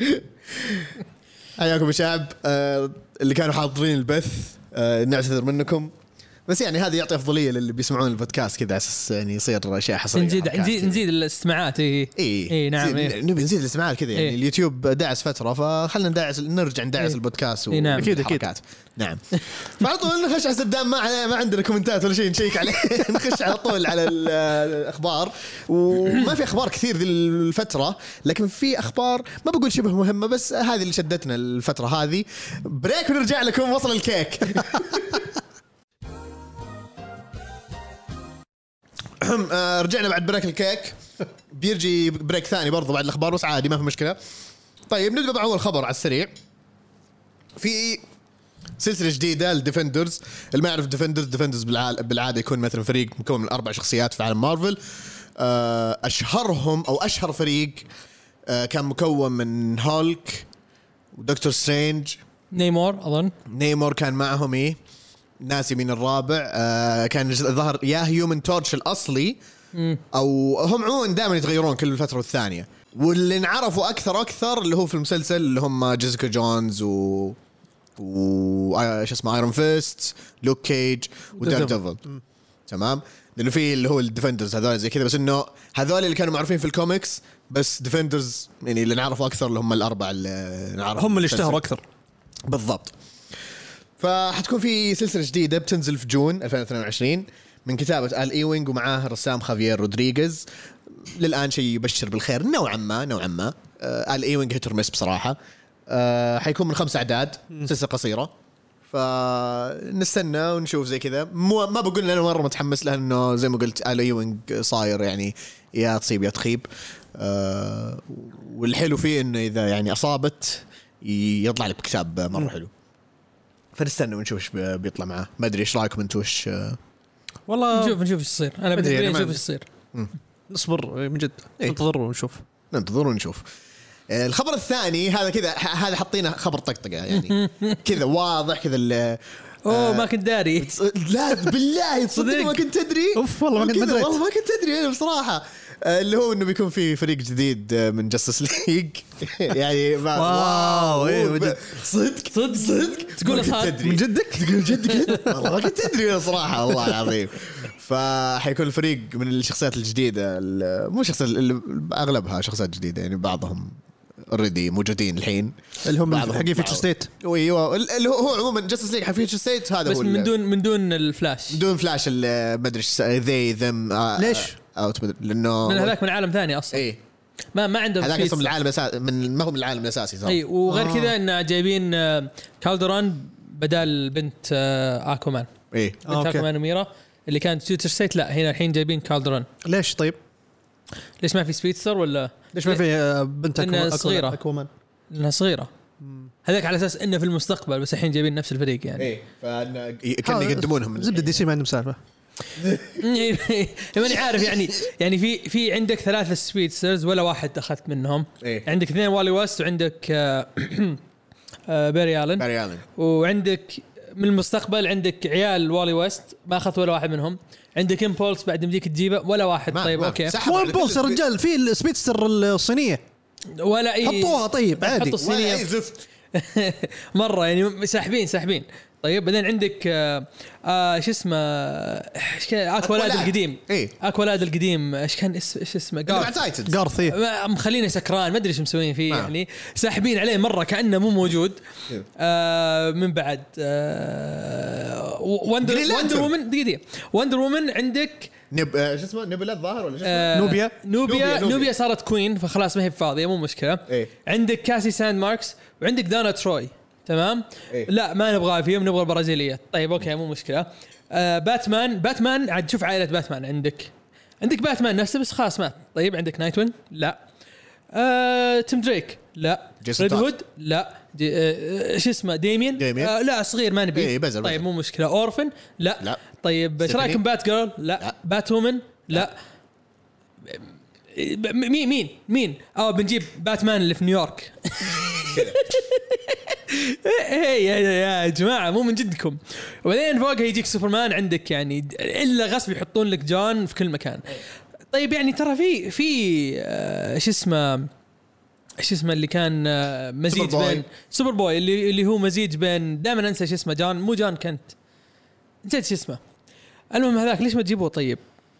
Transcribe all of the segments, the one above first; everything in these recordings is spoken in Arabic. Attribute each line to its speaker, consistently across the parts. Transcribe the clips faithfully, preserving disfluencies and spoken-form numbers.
Speaker 1: حياكم يا شعب آه اللي كانوا حاضرين البث. آه نعتذر منكم، بس يعني هذه يعطي أفضلية للي بيسمعون البودكاست كذا أساس يعني يصير أشياء حصرية.
Speaker 2: نزيد نزيد نزيد الاستماعات. إيه
Speaker 1: إيه,
Speaker 2: إيه نعم
Speaker 1: إيه. نبي نزيد الاستماعات كذا يعني.
Speaker 2: إيه.
Speaker 1: اليوتيوب داعس فترة فخلنا ندعس نرجع ندعس إيه. البودكاست
Speaker 2: إيه نعم.
Speaker 1: أكيد أكيد نعم. فعلى طول نخش على سدام، ما ما عندنا كومنتات ولا شيء نشيك عليه. نخش على طول على الأخبار، وما في أخبار كثير ذي الفترة، لكن في أخبار ما بقول شبه مهمة، بس هذه اللي شدتنا الفترة هذه. بريك ونرجع لكم. وصل الكيك. رجعنا بعد بريك الكيك، بيرجي بريك ثاني برضو بعد الأخبار، بس عادي ما في مشكلة. طيب نبدأ بأول خبر على السريع. في سلسلة جديدة لديفندرز. اللي ما يعرف ديفندرز، ديفندرز بالعادة يكون مثلا فريق مكون من أربع شخصيات في عالم مارفل. أشهرهم أو أشهر فريق كان مكون من هالك ودكتور سترينج،
Speaker 2: نيمور أظن
Speaker 1: نيمور كان معهم. إيه ناسي من الرابع. آه كان ظهر يا هيومن تورش الأصلي م. أو هم عموما دائما يتغيرون كل فترة والثانية. واللي نعرفوا أكثر أكثر اللي هو في المسلسل اللي هم جيسيكا جونز و و ايش اسمه ايرون فيست، لوك كيج ودير ديفل. تمام. لأنه في اللي هو الديفندرز هذول زي كذا، بس إنه هذول اللي كانوا معروفين في الكوميكس، بس ديفندرز يعني اللي نعرفه أكثر اللي هم الأربعة اللي نعرفهم،
Speaker 3: هم اللي اشتهروا أكثر.
Speaker 1: بالضبط. فحتكون في سلسلة جديدة بتنزل في جون ألفين واثنين وعشرين من كتابة آل إيوينغ ومعاه رسام خافيير رودريغيز. للآن شيء يبشر بالخير نوعا ما نوعا ما. آه آل إيوينغ هيتر مس بصراحة. آه حيكون من خمس أعداد، سلسلة قصيرة، فنستنى ونشوف زي كذا. ما بقول أنا مرة متحمس لها، إنه زي ما قلت آل إيوينغ صاير يعني يا تصيب يا تخيب. آه والحلو فيه إنه إذا يعني أصابت يطلع لك كتاب مرة حلو، فنستنى ونشوف ايش بيطلع معاه. ما ادري ايش رايكم انتم؟ ايش
Speaker 2: والله نشوف نشوف ايش يصير. انا بدي
Speaker 3: يعني
Speaker 2: نشوف ايش يصير.
Speaker 3: نصبر من جد.
Speaker 1: ايه؟
Speaker 3: ننتظر ونشوف
Speaker 1: ننتظر ونشوف. الخبر الثاني هذا كذا، هذا حطينا خبر طقطقه يعني كذا واضح كذا.
Speaker 2: اوه آه ما كنت داري.
Speaker 1: لا بالله تصدق ما كنت تدري.
Speaker 3: اوف والله ما كنت ادري
Speaker 1: والله ما كنت ادري انا بصراحه. اللي هو انه بيكون في فريق جديد من جاستس ليج. يعني
Speaker 3: واو ايه
Speaker 1: صدق صدق صدق
Speaker 2: تقول صدق
Speaker 1: من جدك تقول جدك والله ما كنت تدري صراحه والله العظيم. فحيكون الفريق من الشخصيات الجديده، مو شخصيات اغلبها شخصيات جديده يعني، بعضهم اوريدي موجودين الحين
Speaker 3: اللي هم حقين فيتشر ستيت.
Speaker 1: ايوه اللي هو عموما جاستس ليج حق فيتشر ستيت هذا
Speaker 2: بس
Speaker 1: هو
Speaker 2: من دون من دون الفلاش،
Speaker 1: من دون فلاش ما ادري ذي ذم.
Speaker 3: ليش
Speaker 1: او لانه
Speaker 2: من هذاك من عالم ثاني اصلا.
Speaker 1: ايه
Speaker 2: ما ما عنده
Speaker 1: هذاك اصلا من العالم الاساسي، من ما هو من العالم الاساسي صار.
Speaker 2: اي وغير آه. كذا ان جايبين كالدران بدل بنت اكومان.
Speaker 1: ايه
Speaker 2: بنت اكومان وميرا اللي كانت فيتشر ستيت، لا هنا الحين جايبين كالدران.
Speaker 3: ليش طيب؟
Speaker 2: ليش ما في سبيدستر ولا
Speaker 3: ليش ما في بنت
Speaker 2: أكومان صغيرة؟
Speaker 3: أكومان
Speaker 2: لأنها صغيرة. هذاك على أساس إنه في المستقبل، بس الحين جايبين نفس الفريق يعني.
Speaker 1: إيه فكان كان يقدمونهم
Speaker 3: زبدة دي سي ما عندهم سالفة.
Speaker 2: ماني عارف يعني يعني في في عندك ثلاثة سبيدسترز ولا واحد أخذت منهم.
Speaker 1: إيه؟
Speaker 2: عندك اثنين والي ويست، وعندك باري آلن.
Speaker 1: باري آلن.
Speaker 2: وعندك من المستقبل عندك عيال والي ويست ما أخذت ولا واحد منهم. عندك إمبولس بعد مديك تجيبه ولا واحد. طيب
Speaker 1: ما
Speaker 2: أوكي.
Speaker 3: مو إمبولس يا رجال، في السبيدستر الصينية
Speaker 2: ولا أي
Speaker 3: حطوها. طيب عادي
Speaker 2: حطوا الصينية مرة يعني ساحبين ساحبين. طيب بعدين عندك آه آه شو اسمه اكوالاد القديم.
Speaker 1: ايه
Speaker 2: اكوالاد القديم ايش كان اسمه ايش اسمه
Speaker 3: جارثي
Speaker 2: مخلينه سكران ما ادري ايش مسوين فيه. يعني ساحبين عليه مرة كأنه مو موجود. آه من بعد آه وندر وندر وومن دقيقة وندر وومن عندك
Speaker 1: نب ايش اسمه نبلة الظاهر ولا ايش
Speaker 2: آه
Speaker 3: نوبيا.
Speaker 2: نوبيا نوبيا, نوبيا صارت كوين فخلاص ما هي فاضية مو مشكلة.
Speaker 1: إيه؟
Speaker 2: عندك كاسي ساند ماركس وعندك دانا تروي. تمام.
Speaker 1: إيه؟
Speaker 2: لا ما نبغى فيهم، نبغى البرازيلية. طيب اوكي مو مشكلة. آه باتمان باتمان عاد شوف عائلة باتمان. عندك عندك باتمان نفسه بس خلاص مات. طيب عندك نايت وين لا. آه تيم دريك لا. ريد هود لا. ايش آه اسمه ديمين, ديمين. آه لا صغير ما نبي.
Speaker 1: إيه بزر
Speaker 2: طيب
Speaker 1: بزر.
Speaker 2: مو مشكلة. اورفن لا, لا. طيب ايش رايكم بات جيرل لا, لا. بات وومن لا, لا. مين مين مين او بنجيب باتمان اللي في نيويورك. ايه يا جماعه مو من جدكم. وبعدين فوقها يجيك سوبرمان. عندك يعني الا غصب يحطون لك جون في كل مكان. طيب يعني ترى في في ايش اسمه ايش اسمه اللي كان آه، مزيج
Speaker 1: سوبر بوي.
Speaker 2: بين سوبر بوي اللي اللي هو مزيج بين دائما انسى ايش اسمه جان مو جان كنت نسيت ايش اسمه. المهم هذاك ليش ما تجيبوه طيب؟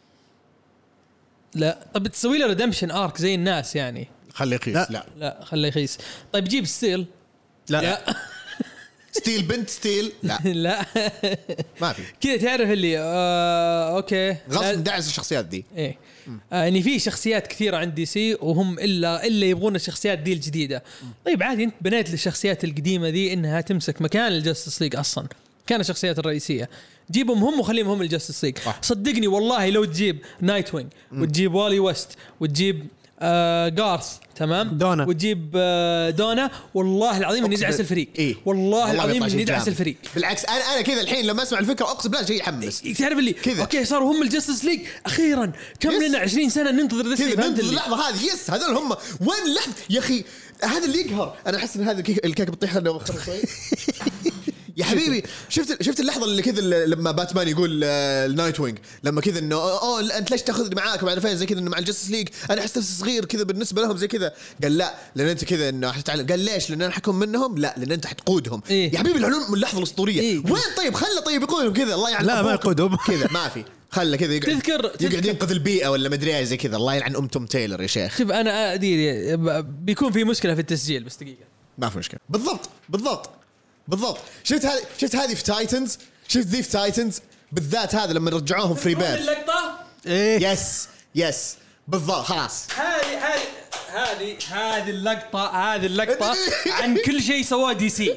Speaker 2: لا طب تسوي له ريدمشن ارك زي الناس يعني.
Speaker 1: خليه يقيس.
Speaker 3: لا.
Speaker 1: لا,
Speaker 2: لا خليه يخيس. طيب جيب ستيل.
Speaker 3: لا,
Speaker 2: لا.
Speaker 1: ستيل بنت ستيل لا
Speaker 2: لا
Speaker 1: ما في
Speaker 2: كذا تعرف اللي آه اوكي
Speaker 1: غصب دعس الشخصيات دي.
Speaker 2: ايه آه يعني في شخصيات كثيره عند دي سي وهم الا الا يبغون الشخصيات دي الجديده. طيب عادي انت بنيت للشخصيات القديمه دي انها تمسك مكان الجاستس ليج اصلا كان الشخصيات الرئيسيه جيبهم هم وخليهم هم الجاستس ليج. صدقني والله لو تجيب نايت وينج وتجيب والي ويست وتجيب آه جارث تمام
Speaker 3: دونا.
Speaker 2: وتجيب آه دونا والله العظيم اني ندعس الفريق.
Speaker 1: إيه؟
Speaker 2: والله العظيم
Speaker 1: بيطلع شيء
Speaker 2: اني ندعس
Speaker 1: جامد.
Speaker 2: الفريق.
Speaker 1: بالعكس انا انا كذا الحين لما اسمع الفكره اقسم بالله شيء يحمس
Speaker 2: تعرف اللي
Speaker 1: كذا.
Speaker 2: اوكي صاروا هم الجاستس ليج اخيرا كم
Speaker 1: يس.
Speaker 2: لنا عشرين سنه ننتظر ذا الشيء.
Speaker 1: كذا
Speaker 2: فهمت
Speaker 1: ننتظر
Speaker 2: اللي؟
Speaker 1: اللحظه هذه. يس هذول هم وين اللحظه يا اخي هذا اللي يقهر. انا احس ان هذا الكيك الكيك بتطيح لنا شوي يا حبيبي. شفت شفت اللحظه اللي كذا لما باتمان يقول النايت وينج لما كذا انه اوه انت ليش تاخذني معاك مع فين زي كذا انه مع الجاستس ليج انا احس نفسي صغير كذا بالنسبه لهم زي كذا. قال لا لان انت كذا انه حتتعلم. قال ليش؟ لان انا حكم منهم. لا لان انت حتقودهم.
Speaker 2: إيه؟
Speaker 1: يا حبيبي العلوم من اللحظه الاسطوريه.
Speaker 2: إيه؟
Speaker 1: وين طيب خله طيب يقودهم كذا الله يعلم.
Speaker 3: لا ما يقودهم
Speaker 1: كذا ما في. خله كذا يقعد
Speaker 2: تذكر-
Speaker 1: يقعد
Speaker 2: تذكر-
Speaker 1: ينقذ البيئه ولا مدري ايش زي كذا. الله يلعن ام توم تايلر يا شيخ.
Speaker 2: شوف انا ادري بيكون في مشكله في التسجيل بس دقيقه.
Speaker 1: ما في مشكله. بالضبط بالضبط بالضبط. شفت هذه شفت هذه في تايتنز. شفت ذي في تايتنز بالذات هذا لما رجعوهم فري بير.
Speaker 2: اللقطه
Speaker 3: ايه
Speaker 1: يس يس بالضبط خلاص.
Speaker 2: هذه هذه هذه هذه اللقطه هذه اللقطه عن كل شيء سواه دي سي.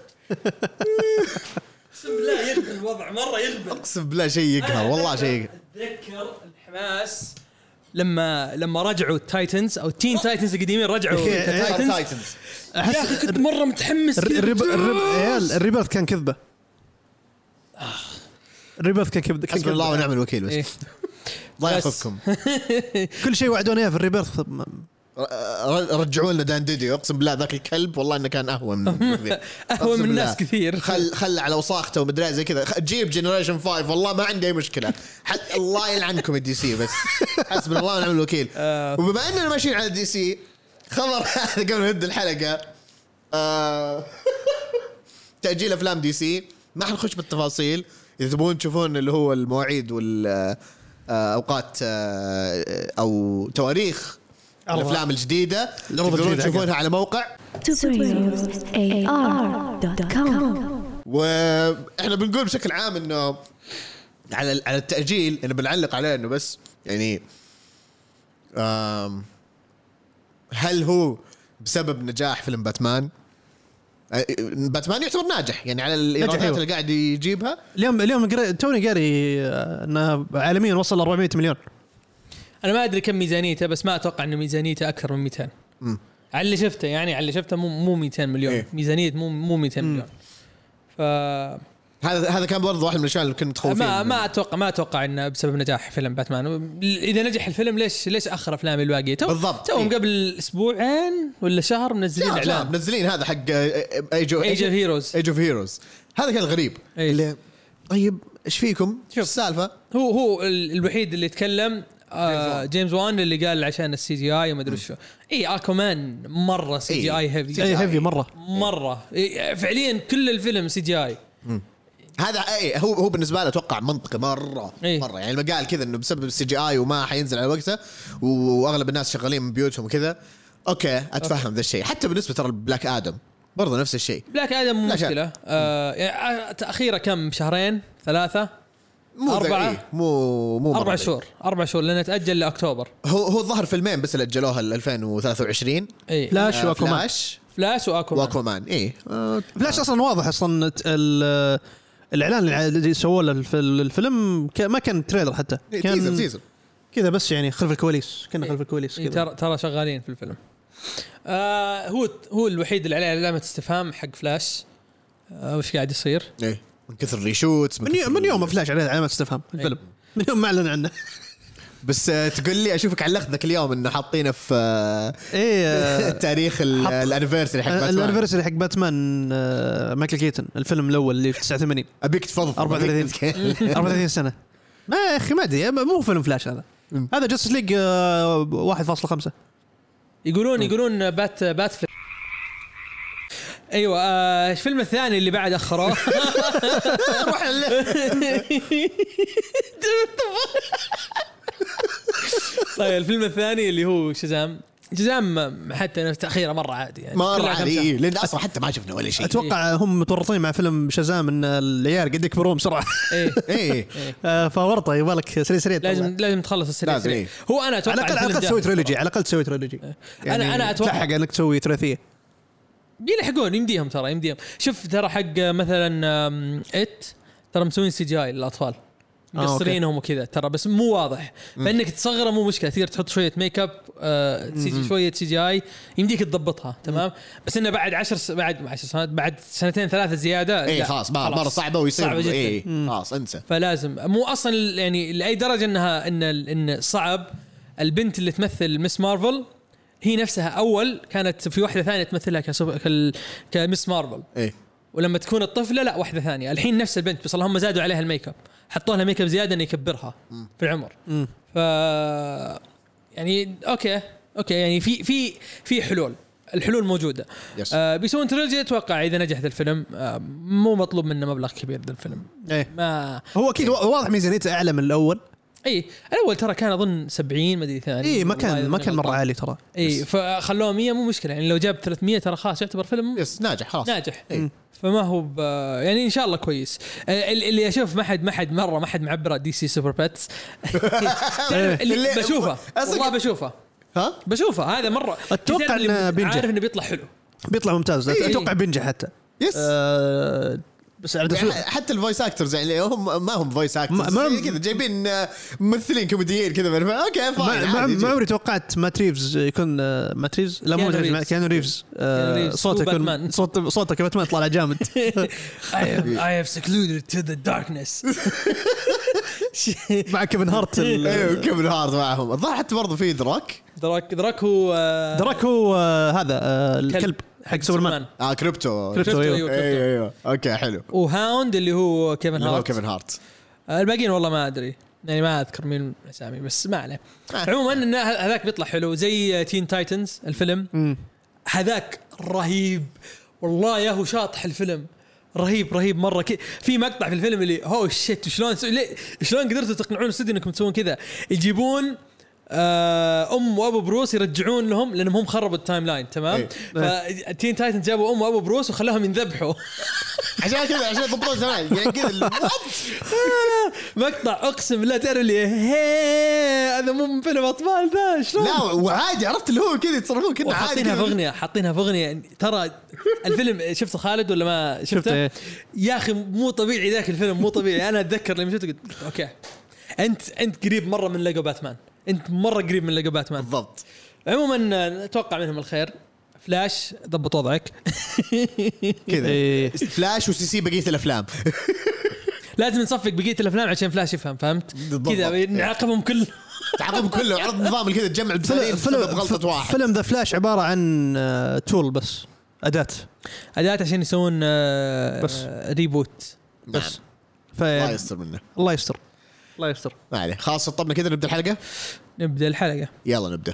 Speaker 2: اقسم بالله يغبن الوضع مره يغبن.
Speaker 1: اقسم بالله شيء يقهر والله شيء.
Speaker 2: اتذكر الحماس لما لما رجعوا التايتنز او التين تايتنز القديمين رجعوا التايتنز.
Speaker 1: تايتنز
Speaker 2: يا اخي كنت مره متحمس كذا.
Speaker 3: الريب الريب عيال الريبيرث كان كذبه. الريبيرث كان كذبه.
Speaker 1: حسبنا الله ونعم الوكيل. بس
Speaker 2: إيه.
Speaker 1: الله
Speaker 2: بس.
Speaker 1: يحفظكم.
Speaker 3: كل شيء وعدونا اياه في الريبيرث.
Speaker 1: رجعوا لنا دان ديدي. اقسم بالله ذاك الكلب والله انه كان اهون من
Speaker 2: اهون من الناس كثير.
Speaker 1: خل خل على وساخته ومدري زي كذا. جيب جنريشن خمسة والله ما عندي اي مشكله. حتى الله يلعنكم الدي سي. بس حسبنا الله ونعم الوكيل. وبما اننا ماشيين على الدي سي خبر قبل ما نبدا الحلقه آه تاجيل افلام دي سي. ما حنخش بالتفاصيل. اذا تبون تشوفون اللي هو المواعيد والاوقات او تواريخ الافلام الجديده تقدرون تشوفونها على موقع
Speaker 4: superheroes A R dot com.
Speaker 1: واحنا بنقول بشكل عام انه على على التاجيل انه بنعلق عليه انه بس يعني هل هو بسبب نجاح فيلم باتمان؟ باتمان يعتبر ناجح يعني على الايرادات
Speaker 3: أيوة.
Speaker 1: اللي قاعد يجيبها.
Speaker 3: اليوم اليوم قري توني قاري انه عالميا وصل أربعمية مليون.
Speaker 2: انا ما ادري كم ميزانيته بس ما اتوقع انه ميزانيته اكثر من مئتين.
Speaker 1: امم
Speaker 2: على اللي شفته يعني على اللي شفته مو مو مئتين مليون.
Speaker 1: إيه؟
Speaker 2: ميزانيه مو مو مئتين مليون. ف
Speaker 1: هذا هذا كان برضه واحد من الاشياء اللي كنت متخوفين.
Speaker 2: ما ما اتوقع ما اتوقع انه بسبب نجاح فيلم باتمان. اذا نجح الفيلم ليش ليش اخر افلام الباقيه؟ تو
Speaker 1: بالضبط.
Speaker 2: توهم
Speaker 1: إيه؟
Speaker 2: قبل اسبوعين ولا شهر منزلين اعلان
Speaker 1: منزلين هذا حق ايج اوف
Speaker 2: ايج اوف هيروز.
Speaker 1: ايج اوف هيروز. هذا كان غريب.
Speaker 2: إيه؟
Speaker 1: اللي طيب ايش فيكم؟ شوف السالفه.
Speaker 2: هو هو ال- الوحيد اللي يتكلم آه جيمس وان اللي قال عشان السي جي اي وما ادري شو. اي اكومان مره سي جي اي هيفي.
Speaker 3: اي هيفي مره
Speaker 2: مره إيه فعليا كل الفيلم سي جي اي.
Speaker 1: هذا اي هو هو بالنسبه له اتوقع منطقي مره
Speaker 2: إيه؟
Speaker 1: مره يعني لما قال كذا انه بسبب السي جي اي وما حينزل على وقته واغلب الناس شغالين من بيوتهم وكذا. اوكي اتفهم ذا الشيء. حتى بالنسبه ترى بلاك ادم برضه نفس الشيء.
Speaker 2: بلاك ادم مو
Speaker 1: لا
Speaker 2: مشكله. آه يعني تاخيره كم شهرين ثلاثه
Speaker 1: مو
Speaker 2: أربعة.
Speaker 1: إيه؟ مو مو
Speaker 2: اربع شهور اربع شهور لانه تاجل لاكتوبر.
Speaker 1: هو هو ظهر فيلمين بس اللي اجلوها ل ألفين وثلاثة وعشرين.
Speaker 2: اي
Speaker 3: فلاش
Speaker 1: آه
Speaker 3: واكومان.
Speaker 1: فلاش
Speaker 2: فلاش واكومان.
Speaker 1: واكومان اي آه
Speaker 3: فلاش اصلا واضح اصلا ال- الاعلان اللي سووه له في الفيلم ك- ما كان تريلر حتى
Speaker 1: إيه تيزر
Speaker 3: كان
Speaker 1: تيزر.
Speaker 3: كذا بس يعني خلف الكواليس كنا خلف الكواليس
Speaker 2: إيه
Speaker 3: كذا.
Speaker 2: ترى ترى شغالين في الفيلم. آه هو هو الوحيد اللي عليه علامه استفهام حق فلاش. آه وش قاعد يصير؟
Speaker 1: ايه من كثر الريشوتس
Speaker 3: من, يوم من يوم فلاش عليه علامات استفهام الفيلم من يوم ما اعلن عنه.
Speaker 1: بس آه تقول لي اشوفك علقت ذاك اليوم انه حاطينه في آه
Speaker 3: ايه
Speaker 1: تاريخ الانيفرساري حق باتمان.
Speaker 3: الانيفرساري حق باتمان آه مايكل كيتن الفيلم الاول اللي في تسعة وثمانين
Speaker 1: ابيك تفضل
Speaker 3: أربعة وثلاثين أربعة وثلاثين سنه. ما يا اخي ما ادري مو فيلم فلاش هذا. هذا جاستس ليج واحد فاصلة خمسة.
Speaker 2: يقولون يقولون بات بات فليك. ايوه آه الفيلم الثاني اللي بعد اخروه
Speaker 1: روح
Speaker 2: طيب الفيلم الثاني اللي هو شازام. شازام حتى تاخيره مره عادي يعني
Speaker 1: مره عادي لان اصلا حتى ما شفنا ولا شيء.
Speaker 3: اتوقع هم متورطين مع فيلم شازام ان العيال قد يكبرون بسرعه.
Speaker 2: ايه
Speaker 1: ايه
Speaker 3: فورطه يبالك سريع سريع
Speaker 2: لازم لازم تخلص السريع سريع. هو انا اتوقع
Speaker 3: على الاقل تسوي تريلوجي على الاقل تسوي تريلوجي
Speaker 2: يعني انا انا اتوقع
Speaker 3: تلحق انك تسوي ثلاثيه
Speaker 2: بيلحقون يمديهم ترى يمديهم. شوف ترى حق مثلا ات ترى مسوين سي جي اي للاطفال مقصرينهم وكذا ترى بس مو واضح. فانك تصغره مو مشكله تقدر تحط شويه ميك اب آه سي جي شويه سي جي اي يمديك تضبطها تمام. بس انه بعد عشر س... بعد عشر سنوات بعد سنتين ثلاثه زياده
Speaker 1: اي خلاص مره صعبه ويصير
Speaker 2: اي
Speaker 1: خلاص انسى.
Speaker 2: فلازم مو اصلا يعني لاي درجه انها ان ان صعب. البنت اللي تمثل مس مارفل هي نفسها اول كانت في واحده ثانيه تمثلها كسوبر كمس مارفل
Speaker 1: ايه
Speaker 2: ولما تكون الطفله لا واحده ثانيه. الحين نفس البنت بس اللهم زادوا عليها الميك اب حطوا لها ميك اب زياده انه يكبرها م. في العمر. م. ف يعني اوكي اوكي يعني في في في حلول. الحلول موجوده. آه بيسوون تريلوجي اتوقع اذا نجح الفيلم آه مو مطلوب منه مبلغ كبير ذا الفيلم.
Speaker 3: ايه. ما هو اكيد واضح ميزانيته اعلى من الاول.
Speaker 2: اي الاول ترى كان اظن سبعين ما ادري ثاني.
Speaker 3: اي ما كان ما كان مره عالي ترى.
Speaker 2: اي فخلوه مية مو مشكله يعني لو جاب ثلاثمية ترى خلاص يعتبر فيلم
Speaker 1: يس ناجح خلاص
Speaker 2: ناجح. إيه. فما هو يعني ان شاء الله كويس. اللي اشوف ما حد ما حد مره ما حد معبره دي سي سوبر باتس اللي بشوفه والله بشوفه
Speaker 1: ها
Speaker 2: بشوفه هذا مره
Speaker 3: اتوقع انه بينجح.
Speaker 2: عارف انه بيطلع حلو
Speaker 3: بيطلع ممتاز. اتوقع بينجح حتى
Speaker 1: يس
Speaker 3: آه بس
Speaker 1: يعني حتى الفويس اكترز يعني هم ما هم فويس اكترز ما كذا جايبين ممثلين كوميديين كذا اوكي فاين.
Speaker 3: ما ما عمري توقعت مات ريفز يكون مات ريفز لا مو كانو ريفز صوته يكون صوت صوته كباتمان يطلع جامد.
Speaker 2: I have I have secluded to the darkness
Speaker 3: مع كيفن هارت.
Speaker 1: ايوه كيفن هارت معهم. الظاهر حتى برضه في دراك
Speaker 2: دراك دراك هو
Speaker 3: دراك هو هذا الكلب حق سوبرمان.
Speaker 1: اه كريبتو
Speaker 2: كريبتو
Speaker 1: ايوه ايوه اوكي حلو.
Speaker 2: وهاوند اللي هو كيفن هارت.
Speaker 1: كيفن هارت
Speaker 2: الباقيين والله ما ادري يعني ما اذكر مين اسامي بس ما عليه. عموما ان هذاك بيطلع حلو زي تين تايتنز الفيلم هذاك رهيب والله يا هو شاطح الفيلم رهيب رهيب مره. كي في مقطع في الفيلم اللي هو شيت شلون شلون قدرتوا تقنعون الاستوديو انكم تسوون كذا. يجيبون ام وابو بروس يرجعون لهم لانهم هم خربوا التايم لاين تمام. فتين تايتن جابوا ام وابو بروس وخلاهم ينذبحوا
Speaker 1: عشان كذا عشان يضبطون زمان يعني كذا
Speaker 2: مقطع اقسم بالله تعرف لي هذا مو فيلم اطفال ذا شلون.
Speaker 1: لا وعادي عرفت اللي هو كذا يتصرفون كذا عادي.
Speaker 2: حاطينها في اغنيه حاطينها في اغنيه يعني ترى الفيلم شفته خالد ولا ما شفته؟ يا اخي مو طبيعي ذاك الفيلم مو طبيعي. انا اتذكر لما شفته قلت اوكي انت انت قريب مره من ليجو باتمان انت مره قريب من ليجو باتمان
Speaker 1: بالضبط.
Speaker 2: عموما اتوقع منهم الخير. فلاش ضبط وضعك
Speaker 1: كذا فلاش وسي سي بقيه الافلام
Speaker 2: لازم نصفق بقيه الافلام عشان فلاش يفهم فهمت كذا نعاقبهم كل
Speaker 1: تعاقبهم كله عرض نظام كذا تجمع البسالين بغلطه واحد.
Speaker 3: فيلم ذا فلاش عباره عن تول بس اداه
Speaker 2: اداه عشان يسوون بس ريبوت
Speaker 1: بس الله يستر منه
Speaker 3: الله يستر الله يستر.
Speaker 1: ما عليه خلاص طبنا كذا نبدا الحلقه
Speaker 2: نبدا الحلقه
Speaker 1: يلا نبدا.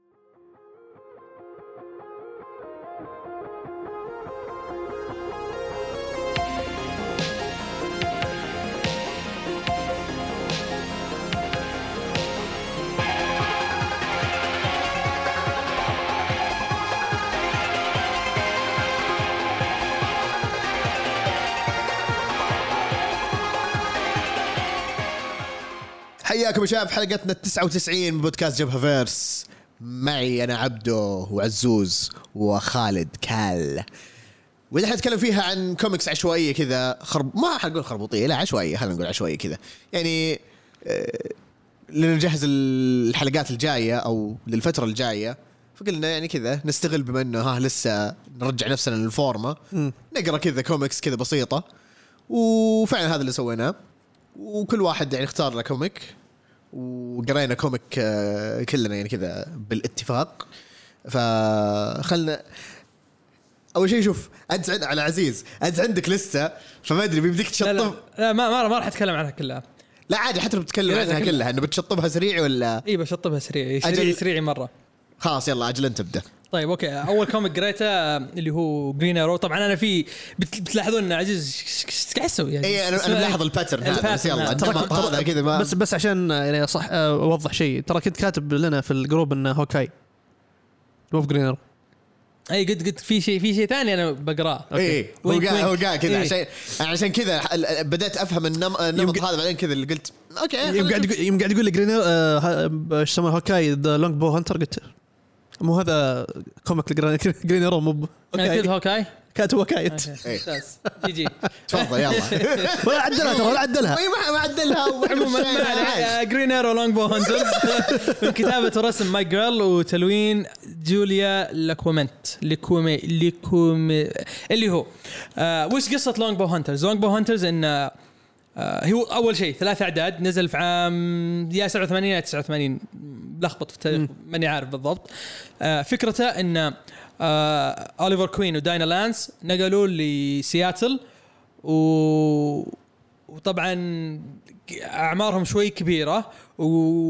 Speaker 1: حياكم يا شباب حلقتنا التسعة وتسعين من بودكاست جبهة فيرس. معي أنا عبدو وعزوز وخالد كال. واللي حنتكلم فيها عن كوميكس عشوائية كذا خرب ما حنقول خربوطية لا عشوائية خلينا نقول عشوائية كذا يعني آه لنجهز الحلقات الجاية أو للفترة الجاية فقلنا يعني كذا نستغل بما أنه ها لسه نرجع نفسنا للفورمة نقرأ كذا كوميكس كذا بسيطة. وفعلا هذا اللي سويناه وكل واحد يعني اختار له كوميك وقرينا كوميك كلنا يعني كذا بالاتفاق. فخلنا اول شيء شوف انت على عزيز انت عندك لسه فما ادري بيمديك تشطب.
Speaker 2: لا, لا, لا ما ما راح اتكلم عنها كلها.
Speaker 1: لا عادي حتى لو بتتكلم عنها كلها انه بتشطبها سريع ولا
Speaker 2: اي بشطبها سريع سريع سريع مره
Speaker 1: خلاص يلا عجل انت ابدا.
Speaker 2: طيب اوكي اول كوميك قريته اللي هو جرين ارو. طبعا انا في بتلاحظون ان عزيز قاعد يسوي يعني
Speaker 1: اي انا ملاحظ الباترن هذا بس يلا هذا كذا ما
Speaker 3: بس بس عشان يعني صح اوضح شيء ترى كنت كاتب لنا في الجروب انه هوكاي مو جرين ارو.
Speaker 2: اي قد قد في شيء في شيء ثاني انا بقراه.
Speaker 1: اي هو قاعد هو قاعد كذا عشان عشان كذا بدأت افهم النمط هذا بعدين كذا اللي قلت اوكي
Speaker 3: يوم قاعد يوم قاعد يقول لي جرين ايش اسمه هوكاي ذا لونج بو هانتر قلت مو هذا كوميك جرين ارو مو
Speaker 2: اوكي هوكاي
Speaker 3: كاتب هوكايت
Speaker 2: ممتاز جي
Speaker 1: تفضل يلا
Speaker 3: ولا عدلها ترى ولا عدلها
Speaker 1: اي ما عدلها
Speaker 2: عموما جرين ارو لونج بو هانتر من كتابة ورسم مايك جيرل وتلوين جوليا لاكومنت ليكومي ليكومي اللي هو آه وش قصة لونج بو هانترز. لونج بو هانترز ان آه هو اول شيء ثلاث اعداد نزل في عام يا سبعة وثمانين يا تسعة وثمانين لخبط في التاريخ ماني عارف بالضبط. آه فكرته ان آه أوليفر كوين وداينا لانس نقلوا لسياتل و... وطبعا أعمارهم شوي كبيرة و...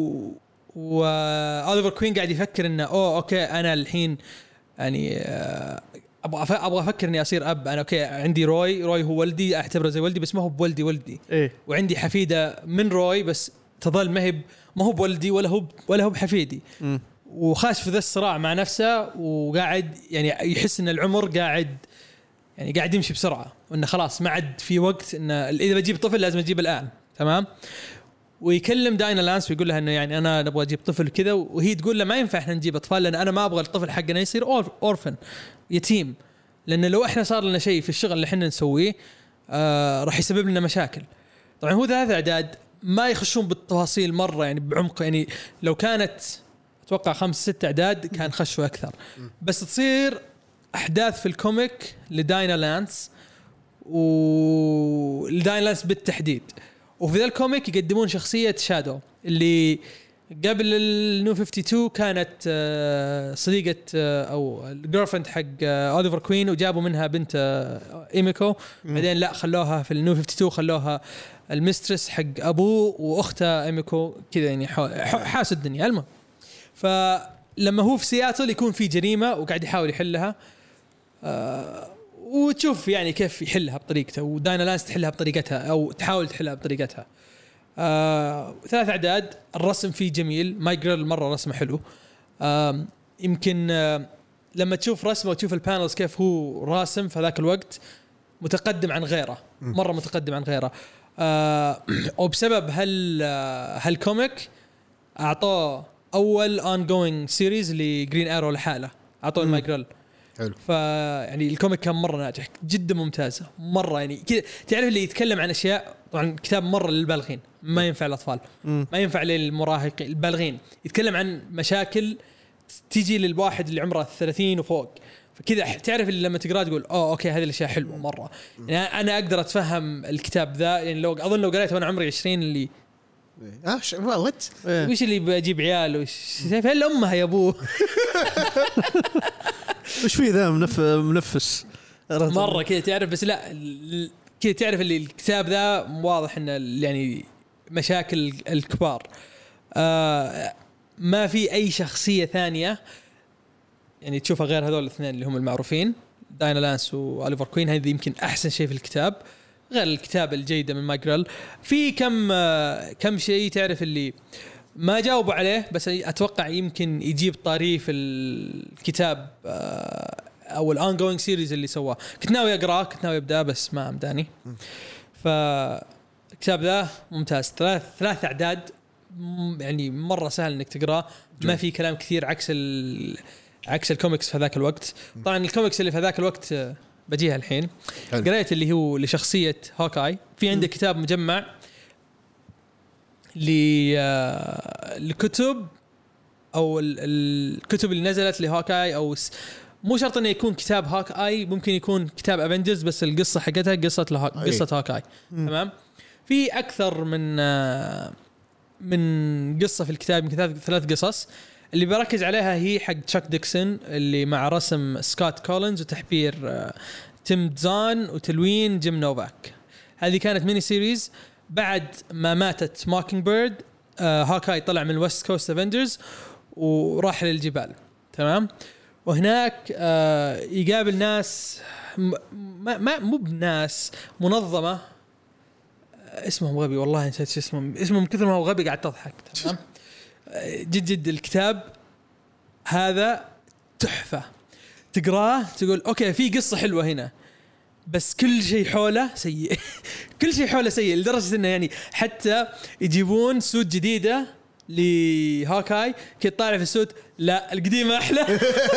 Speaker 2: وأوليفر كوين قاعد يفكر إنه أوه أوكي أنا الحين يعني آه أبغى أبغى أفكر إني أصير أب. أنا أوكي عندي روي روي هو ولدي أعتبره زي ولدي بس ما هو بولدي ولدي
Speaker 3: إيه؟
Speaker 2: وعندي حفيدة من روي بس تظل ما هي ما هو بولدي ولا هو ولا هو بحفيدي. م. وخاش في ذا الصراع مع نفسه وقاعد يعني يحس ان العمر قاعد يعني قاعد يمشي بسرعه وانه خلاص ما عاد في وقت انه اذا بجيب طفل لازم اجيب الان تمام. ويكلم داينا لانس ويقول لها انه يعني انا نبغى اجيب طفل كذا وهي تقول له ما ينفع احنا نجيب اطفال لان انا ما ابغى الطفل حقنا يصير اورفن يتيم لان لو احنا صار لنا شيء في الشغل اللي احنا نسويه آه راح يسبب لنا مشاكل. طبعا هو ثلاث اعداد ما يخشون بالتفاصيل مره يعني بعمق يعني لو كانت اتوقع خمس ست اعداد كان خشوا اكثر بس تصير احداث في الكوميك لداينا لانس ولداينا لانس بالتحديد. وفي ذا الكوميك يقدمون شخصيه شادو اللي قبل النيو اثنين وخمسين كانت صديقه او الجيرلفريند حق اوليفر كوين وجابوا منها بنت ايميكو بعدين لا خلوها في النيو اثنين وخمسين خلوها المسترس حق ابوه واختها ايميكو كذا يعني حاس الدنيا. المهم فلما هو في سياتل يكون في جريمة وقاعد يحاول يحلها آه وتشوف يعني كيف يحلها بطريقته وداينا لانس تحلها بطريقتها أو تحاول تحلها بطريقتها. آه ثلاث أعداد الرسم فيه جميل مايك جيرل مرة رسمه حلو. آه يمكن آه لما تشوف رسمه وتشوف البانلز كيف هو راسم في ذاك الوقت متقدم عن غيره مرة متقدم عن غيره. آه وبسبب هال هالكوميك أعطاه أول ongoing series لجرين أرو لحاله عطوا المايك جيرل
Speaker 1: حلو.
Speaker 2: فيعني الكوميك كان مرة ناجح جدا ممتازة مرة يعني كذا تعرف اللي يتكلم عن أشياء طبعا كتاب مرة للبالغين ما ينفع الأطفال ما ينفع للمراهقين البالغين يتكلم عن مشاكل تيجي للواحد اللي عمره ثلاثين وفوق فكذا تعرف اللي لما تقرأ تقول أوه أوكي هذه الأشياء حلوة مرة يعني أنا أقدر أتفهم الكتاب ذا يعني لو أظن لو قريته وأنا عمري عشرين اللي
Speaker 1: اه ش وات
Speaker 2: وش اللي بجيب عيال وش فين امها يا ابوه
Speaker 3: وش في ذا منف منفس
Speaker 2: مره كذا تعرف بس لا كذا تعرف اللي الكتاب ذا واضح انه يعني مشاكل الكبار آه ما في اي شخصيه ثانيه يعني تشوفها غير هذول الاثنين اللي هم المعروفين داينا لانس وأوليفر كوين. هذه يمكن احسن شيء في الكتاب غير الكتابة الجيدة من مايك جيرل. في كم كم شيء تعرف اللي ما جاوبوا عليه بس أتوقع يمكن يجيب طاري في الكتاب أو الأونغوينغ سيريز اللي سواه. كنت ناوي أقرأ كنت ناوي أبدأ بس ما أمداني. فالكتاب ذا ممتاز ثلاث ثلاث أعداد يعني مرة سهل إنك تقرأ ما في كلام كثير عكس ال عكس الكوميكس في هذاك الوقت. طبعا الكوميكس اللي في هذاك الوقت بجيها الحين قريت اللي هو لشخصية هوكاي. في عنده كتاب مجمع لكتب أو الكتب اللي نزلت لهوكاي أو مو شرط إنه يكون كتاب هوكاي ممكن يكون كتاب أفنجرز بس القصة حقتها قصة لهوك قصة هوكاي تمام. في أكثر من من قصة في الكتاب يمكن ثلاث قصص اللي بركز عليها هي حق تشاك ديكسون اللي مع رسم سكوت كولينز وتحبير تيم زان وتلوين جيم نوفاك. هذه كانت ميني سيريز بعد ما ماتت ماكينج بيرد. هوكاي طلع من ويست كوست افنجرز وراح للجبال تمام. وهناك آه يقابل ناس ما ما مو بناس منظمة اسمهم غبي والله نسيت شو اسمهم اسمهم كثر ما هو غبي قاعد تضحك تمام. جد جد الكتاب هذا تحفة تقراه تقول أوكي في قصة حلوة هنا بس كل شيء حوله سيء كل شيء حوله سيء لدرجة إنه يعني حتى يجيبون سود جديدة لهاكاي كي طالع في السود لا القديمة أحلى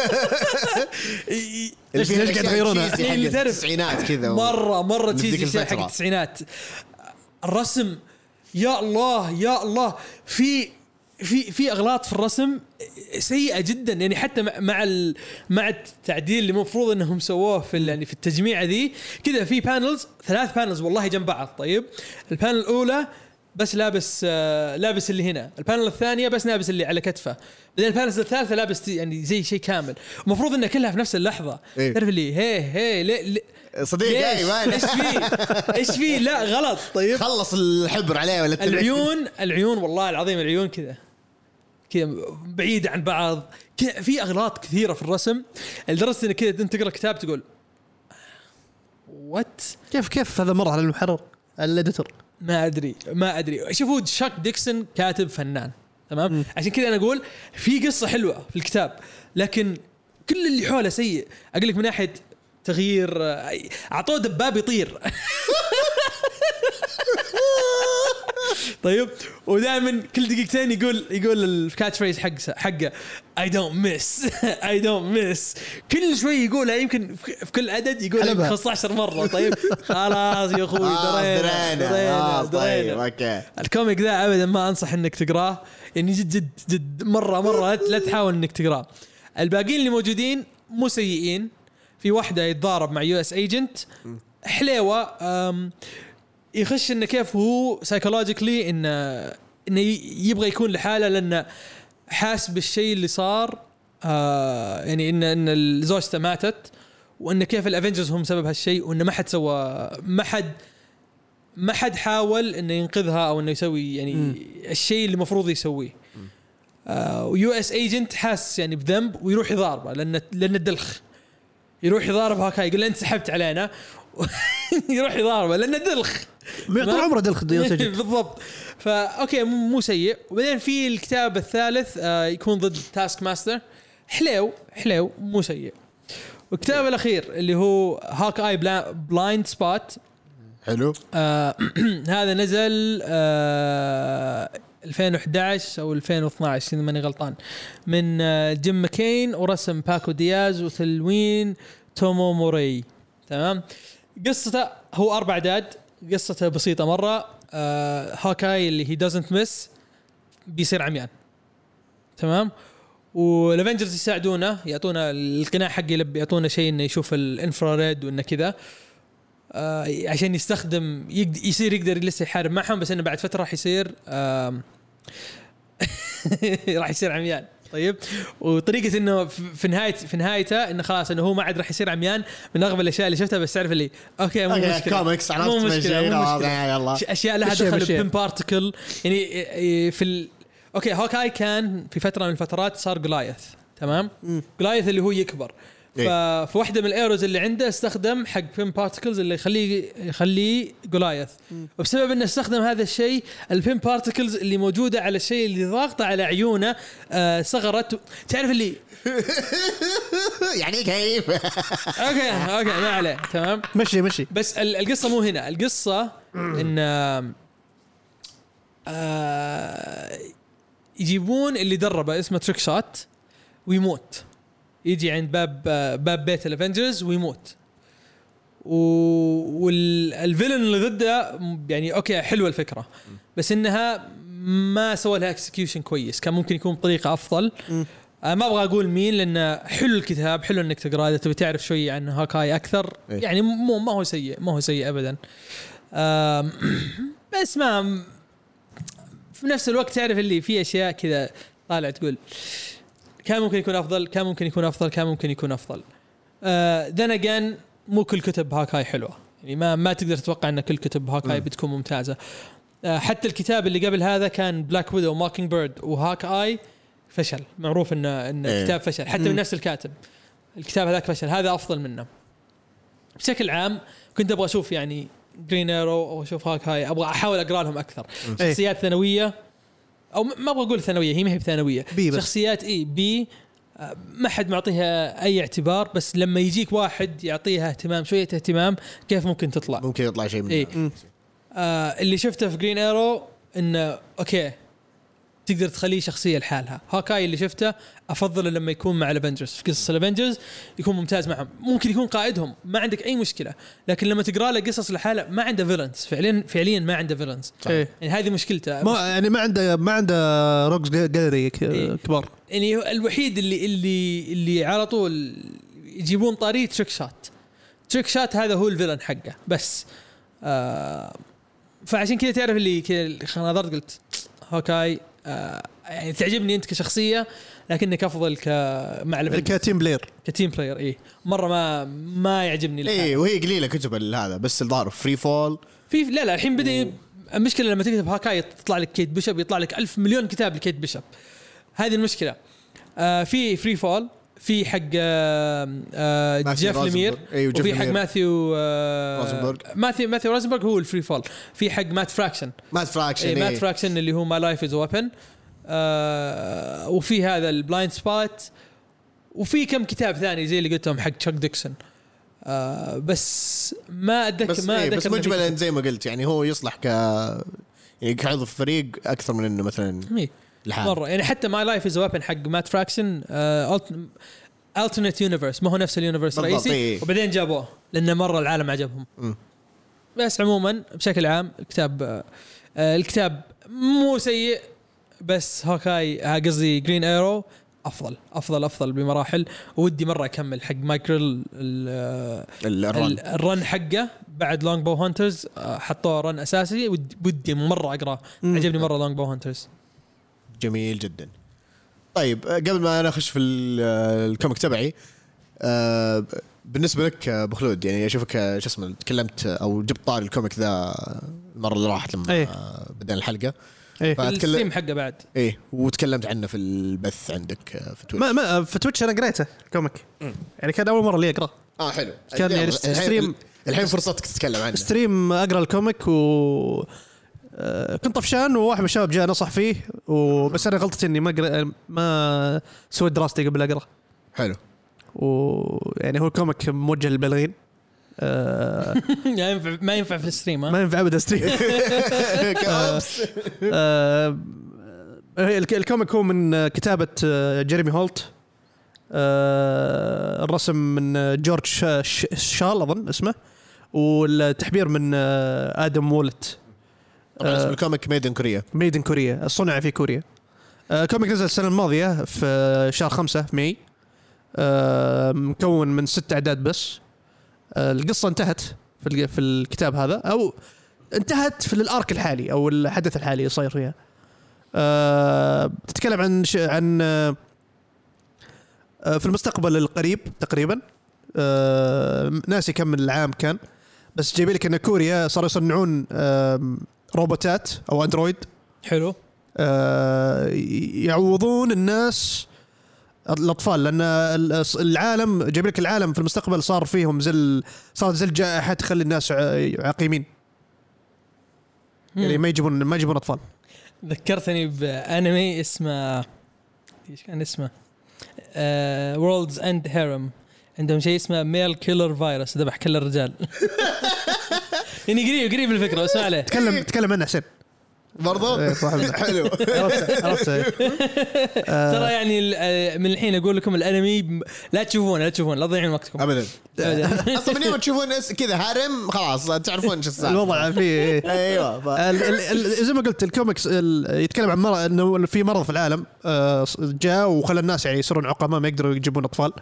Speaker 1: ليش قاعد يغيرونها
Speaker 2: اللي تعرف
Speaker 1: التسعينات كذا
Speaker 2: مرة مرة تيجي شيء حق التسعينات. الرسم يا الله يا الله في في في اغلاط في الرسم سيئه جدا يعني حتى مع مع التعديل اللي المفروض انهم سووه في يعني في التجميعه ذي كذا في بانلز ثلاث بانلز والله جنب بعض. طيب البانل الاولى بس لابس آه لابس اللي هنا البانل الثانيه بس لابس اللي على كتفه بعدين البانل الثالثه لابس يعني زي شيء كامل المفروض انها كلها في نفس اللحظه.
Speaker 1: إيه؟
Speaker 2: تعرف اللي هي هي ليه
Speaker 1: صديق
Speaker 2: ايش في ايش في لا غلط. طيب
Speaker 1: خلص الحبر عليه ولا
Speaker 2: العيون العيون والله العظيم العيون كذا كذا بعيدة عن بعض كذا في أغلاط كثيرة في الرسم لدرجة إن كذا أنت تقرأ كتاب تقول وات
Speaker 3: كيف كيف هذا مرة على المحرر الإديتور
Speaker 2: ما أدري ما أدري. شوفوا شاك ديكسون كاتب فنان تمام م. عشان كذا أنا أقول في قصة حلوة في الكتاب لكن كل اللي حوله سيء. أقول لك من ناحية تغيير عطوه دباب يطير طيب ودائما كل دقيقتين يقول يقول الكاتش فريز حق حقه I don't miss I don't miss كل شوي يقولها يمكن في كل عدد يقول خمسة عشر مرة. طيب خلاص يا أخوي درينا درينا درينا
Speaker 1: أوكي.
Speaker 2: الكوميك ذا أبدا ما أنصح إنك تقراه يعني جد جد جد مرة مرة لا تحاول إنك تقراه. الباقيين اللي موجودين مو سيئين. في واحدة يتضارب مع يو اس ايجنت حليوة يخش إنه كيف هو سايكولوجيكلي إنه إنه يبغى يكون لحاله لأنه حاس بالشيء اللي صار آه يعني إن إن زوجته ماتت وإنه كيف الأفنجرز هم سبب هالشيء وإنه ما حد سوى ما حد ما حد حاول إنه ينقذها أو إنه يسوي يعني م. الشيء اللي مفروض يسويه. آه ويو اس ايجنت حاس يعني بذنب ويروح يضاربه لأن لأن الدلخ يروح يضارب هاكاي يقول له أنت سحبت علينا يروح يضاربه لأنه دلخ
Speaker 3: طول عمره دلخ
Speaker 2: بالضبط. فأوكي مو سيء. وبعدين في الكتاب الثالث آه يكون ضد تاسك ماستر حلو حلو مو سيء. والكتاب الأخير اللي هو هاك آي بلايند سبوت
Speaker 1: حلو
Speaker 2: آه هذا نزل آه ألفين وإحدى عشر أو ألفين واثني عشر إذا ماني غلطان من آه جيم ماكين ورسم باكو دياز وتلوين تومو موري. تمام. قصته هو أربع أعداد قصته بسيطة مرة. آه هاكاي اللي هي doesn't miss بيصير عميان تمام. والافنجرز يساعدونه يعطونا القناع حقه يلبي يعطونا شيء انه يشوف الانفراريد وانه كذا آه عشان يستخدم يقدر يصير يقدر لسه يحارب معهم بس انه بعد فترة راح يصير آه راح يصير عميان. طيب وطريقة انه في نهاية في نهايته انه خلاص انه هو ما عاد راح يصير عميان من اغلب الاشياء اللي شفتها بس تعرف اللي اوكي مو مشكلة
Speaker 1: كوميكس عرفت
Speaker 2: مو مشكلة, مو مشكلة.
Speaker 1: يلا
Speaker 2: اشياء لها دخل بين بارتيكل يعني في ال... اوكي هوكاي كان في فترة من الفترات صار جولايث تمام. جولايث اللي هو يكبر إيه؟ ففي واحدة من الايروز اللي عنده استخدم حق بين بارتيكلز اللي يخليه يخليه جولايث وبسبب انه استخدم هذا الشيء البين بارتيكلز اللي موجودة على الشيء اللي ضاغطة على عيونه آه صغرت تعرف اللي
Speaker 1: يعني كيف
Speaker 2: اوكي اوكي ما عليه تمام
Speaker 3: مشي مشي.
Speaker 2: بس القصة مو هنا. القصة ان آه يجيبون اللي دربه اسمه تريك شوت ويموت يجي عند باب باب بيت الافنجرز ويموت والفيلن اللي ضده يعني اوكي حلوه الفكره بس انها ما سوى لها اكسكيوشن كويس كان ممكن يكون بطريقه افضل. أنا ما ابغى اقول مين لان حلو الكتاب حلو انك تقراه اذا تبي تعرف شوي عن هاكاي اكثر يعني مو ما هو سيء ما هو سيء ابدا بس ما في نفس الوقت تعرف اللي فيه اشياء كذا طالع تقول كان ممكن يكون افضل كان ممكن يكون افضل كان ممكن يكون افضل. ذن uh, اجين مو كل كتب هاكاي حلوه يعني ما ما تقدر تتوقع ان كل كتب هاكاي بتكون ممتازه. uh, حتى الكتاب اللي قبل هذا كان بلاك ويدو ماكينج بيرد وهاك اي فشل معروف إن إن
Speaker 1: إيه.
Speaker 2: كتاب فشل حتى من نفس الكاتب الكتاب هذاك فشل هذا أفضل منه. بشكل عام كنت أبغى أشوف يعني جرين ايرو أو أشوف هاك هاي أبغى أحاول أقرأ لهم أكثر شخصيات ثانوية أو ما أبغى أقول ثانوية هي ما هي ثانوية شخصيات إيه بي ما حد معطيها أي اعتبار بس لما يجيك واحد يعطيها اهتمام شوية اهتمام كيف ممكن تطلع
Speaker 1: ممكن يطلع شيء منها
Speaker 2: إيه. آه اللي شفته في جرين ايرو إنه أوكي تقدر تخليه شخصية لحالها. هاكاي اللي شفته أفضل لما يكون مع الافنجرز في قصص الافنجرز يكون ممتاز معهم ممكن يكون قائدهم ما عندك أي مشكلة لكن لما تقرأ له قصص لحاله ما عنده فيلنز فعليا فعليا ما عنده فيلنز
Speaker 3: إيه.
Speaker 2: يعني هذه مشكلته
Speaker 3: ما يعني ما عنده ما عنده روكس جاليري كبار
Speaker 2: يعني الوحيد اللي اللي اللي على طول يجيبون طاري تريك شات تريك شات هذا هو الفيلن حقه بس آه فعشان كذا تعرف اللي كذا خلنا نظرت قلت هوكاي آه يعني تعجبني انت كشخصيه لكنك افضل ك مع
Speaker 3: كتيم بلاير
Speaker 2: كتيم بلاير ايه مره ما ما يعجبني الحال.
Speaker 1: ايه وهي قليله كتب هذا بس الظاهر فري فول
Speaker 2: في لا لا الحين بدا المشكله لما تكتب هاكاي تطلع لك كيت بيشب يطلع لك ألف مليون كتاب لكيت بيشب هذه المشكله. آه في فري فول في حق آه آه جيف ليمير
Speaker 1: أيوة
Speaker 2: وفي حق ماثيو آه
Speaker 1: روزنبرغ
Speaker 2: ماثيو ماثيو روزنبرغ هو الفري فول في حق مات فراكشن
Speaker 1: مات فراكشن
Speaker 2: إيه مات فراكشن اللي هو ماي لايف از ويبن آه وفي هذا البلايند سبوت وفي كم كتاب ثاني زي اللي قلتهم حق تشاك ديكسون آه بس ما أدك
Speaker 1: بس
Speaker 2: ما
Speaker 1: إيه
Speaker 2: أدك
Speaker 1: بس مجملا زي ما قلت يعني هو يصلح ك يعني كعضو فريق أكثر من إنه مثلا
Speaker 2: لحال. مرة يعني حتى ماي لايف از ويبن حق مات فراكشن آه alternate universe ما هو نفس اليونيفرس الرئيسي
Speaker 1: إيه.
Speaker 2: وبعدين جابوه لأن مرة العالم عجبهم م. بس عموما بشكل عام الكتاب آه الكتاب مو سيء بس هوكاي قصدي جرين ايرو افضل افضل افضل بمراحل ودي مره اكمل حق مايكرل الرن الرن حقه بعد لونج بو هانترز حطوه رن اساسي ودي مره اقراه عجبني مره لونج بو هانترز
Speaker 1: جميل جدا. طيب قبل ما انا اخش في الكوميك تبعي أه بالنسبه لك ابو خلود يعني اشوفك شو اسمه تكلمت او جبت طاري الكوميك ذا المره اللي راحت لما
Speaker 3: أيه.
Speaker 1: بدأنا الحلقه
Speaker 2: ايه الستريم حقه بعد
Speaker 1: ايه وتكلمت عنه في البث عندك في تويتش.
Speaker 3: ما, ما في تويتش انا قريته الكوميك يعني كان اول مره لي اقرا
Speaker 1: اه حلو
Speaker 3: كان يعني ستريم
Speaker 1: الحين فرصتك تتكلم عنه
Speaker 3: ستريم اقرا الكوميك و كنت طفشان وواحد من الشباب جاء نصح فيه وبس انا غلطتي اني ما قرأ ما سويت دراستي قبل اقرا.
Speaker 1: حلو
Speaker 3: ويعني هو الكوميك موجه للبالغين
Speaker 2: آه يعني ما ينفع في الستريم
Speaker 3: ما ينفع ابدا ستريم آه الكوميك هو من كتابة جيريمي هولت آه الرسم من جورج شال أظن اسمه والتحبير من آدم وولت.
Speaker 1: اسم الكوميك ميدن كوريا
Speaker 3: ميدن كوريا الصنع في كوريا. آه كوميك نزل السنة الماضية في شهر خمسة في ماي آه مكون من ست أعداد بس. القصة انتهت في في الكتاب هذا أو انتهت في الارك الحالي أو الحدث الحالي صاير فيها. أه تتكلم عن ش... عن أه في المستقبل القريب تقريبا أه ناسي كم من العام كان بس جايب لك أن كوريا صاروا يصنعون أه روبوتات أو أندرويد
Speaker 2: حلو
Speaker 3: أه يعوضون الناس الأطفال لأن العالم جايب لك العالم في المستقبل صار فيهم زل صار زل جائحة تخلي الناس عقيمين يعني ما يجيبون ما يجيبون أطفال.
Speaker 2: ذكرتني بأنمي اسمه إيش كان اسمه آه World's End Harem عندهم شيء اسمه ميل كيلر فيروس ذبح كل الرجال يعني قريب قريب الفكرة اسمع عليه
Speaker 3: تكلم تكلم عنه حسين
Speaker 1: برضو حلو
Speaker 3: عرفت
Speaker 2: ترى يعني من الحين اقول لكم الانمي لا تشوفونه لا تشوفون لا تضيعون وقتكم
Speaker 1: ابدا اصلا من يوم تشوفون كذا هارم خلاص تعرفون ايش السالفه
Speaker 3: الوضع فيه
Speaker 1: ايوه
Speaker 3: زي ما قلت الكوميكس يتكلم عن مرض انه في مرض في العالم جاء وخلى الناس يعني يصيرون عقماء ما يقدروا يجيبون اطفال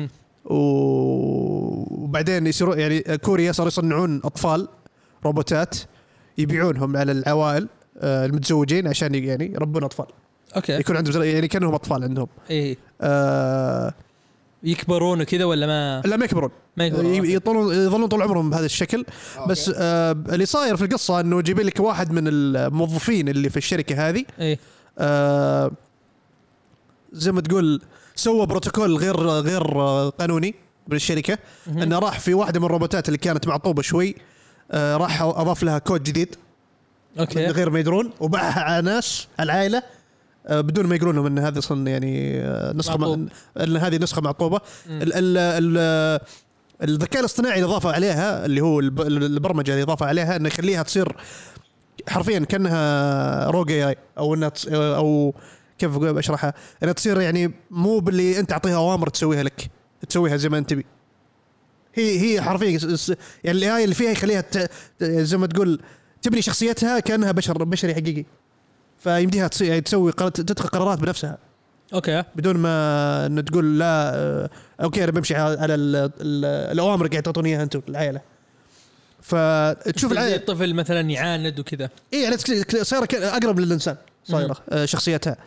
Speaker 3: وبعدين يصيروا يعني كوريا صاروا يصنعون اطفال روبوتات يبيعونهم على العوائل المتزوجين عشان يعني يربون أطفال
Speaker 2: أوكي.
Speaker 3: يكون عندهم يعني كانهم أطفال عندهم
Speaker 2: إيه
Speaker 3: آه
Speaker 2: يكبرون كذا ولا ما
Speaker 3: لا ما يكبرون
Speaker 2: ما يكبرون
Speaker 3: يطولون يظلون طول عمرهم بهذا الشكل. أوكي. بس آه اللي صاير في القصة إنه يجيب لك واحد من الموظفين اللي في الشركة هذه
Speaker 2: إيه
Speaker 3: آه زي ما تقول سوى بروتوكول غير غير قانوني من الشركه، انه راح في واحده من الروبوتات اللي كانت معطوبه شوي، آه راح اضاف لها كود جديد
Speaker 2: اوكي
Speaker 3: غير ما يدرون، وباعها على ناس العائله آه بدون ما يقولون ان هذه اصلا يعني آه نسخه م... ان هذه نسخه معطوبه. ال ال ال الذكاء الاصطناعي اللي اضافه عليها اللي هو البرمجه اللي اضافه عليها انه يخليها تصير حرفيا كانها روج اي اي او انها او كيف اشرحها، انها تصير يعني مو باللي انت تعطيها اوامر تسويها لك، تسويها زي ما انت تبي. هي هي حرفيا يعني الاي اللي فيها يخليها زي ما تقول تبني شخصيتها كانها بشر بشري حقيقي، فيمديها يعني تسوي تدخل قرارات بنفسها
Speaker 2: اوكي بدون
Speaker 3: ما ان تقول لا اوكي انا بمشي على الاوامر قاعد تعطوني اياها انتم العائله. فتشوف
Speaker 2: العائله الطفل مثلا يعاند وكذا،
Speaker 3: اي يعني صايره اقرب للانسان صايره شخصيتها.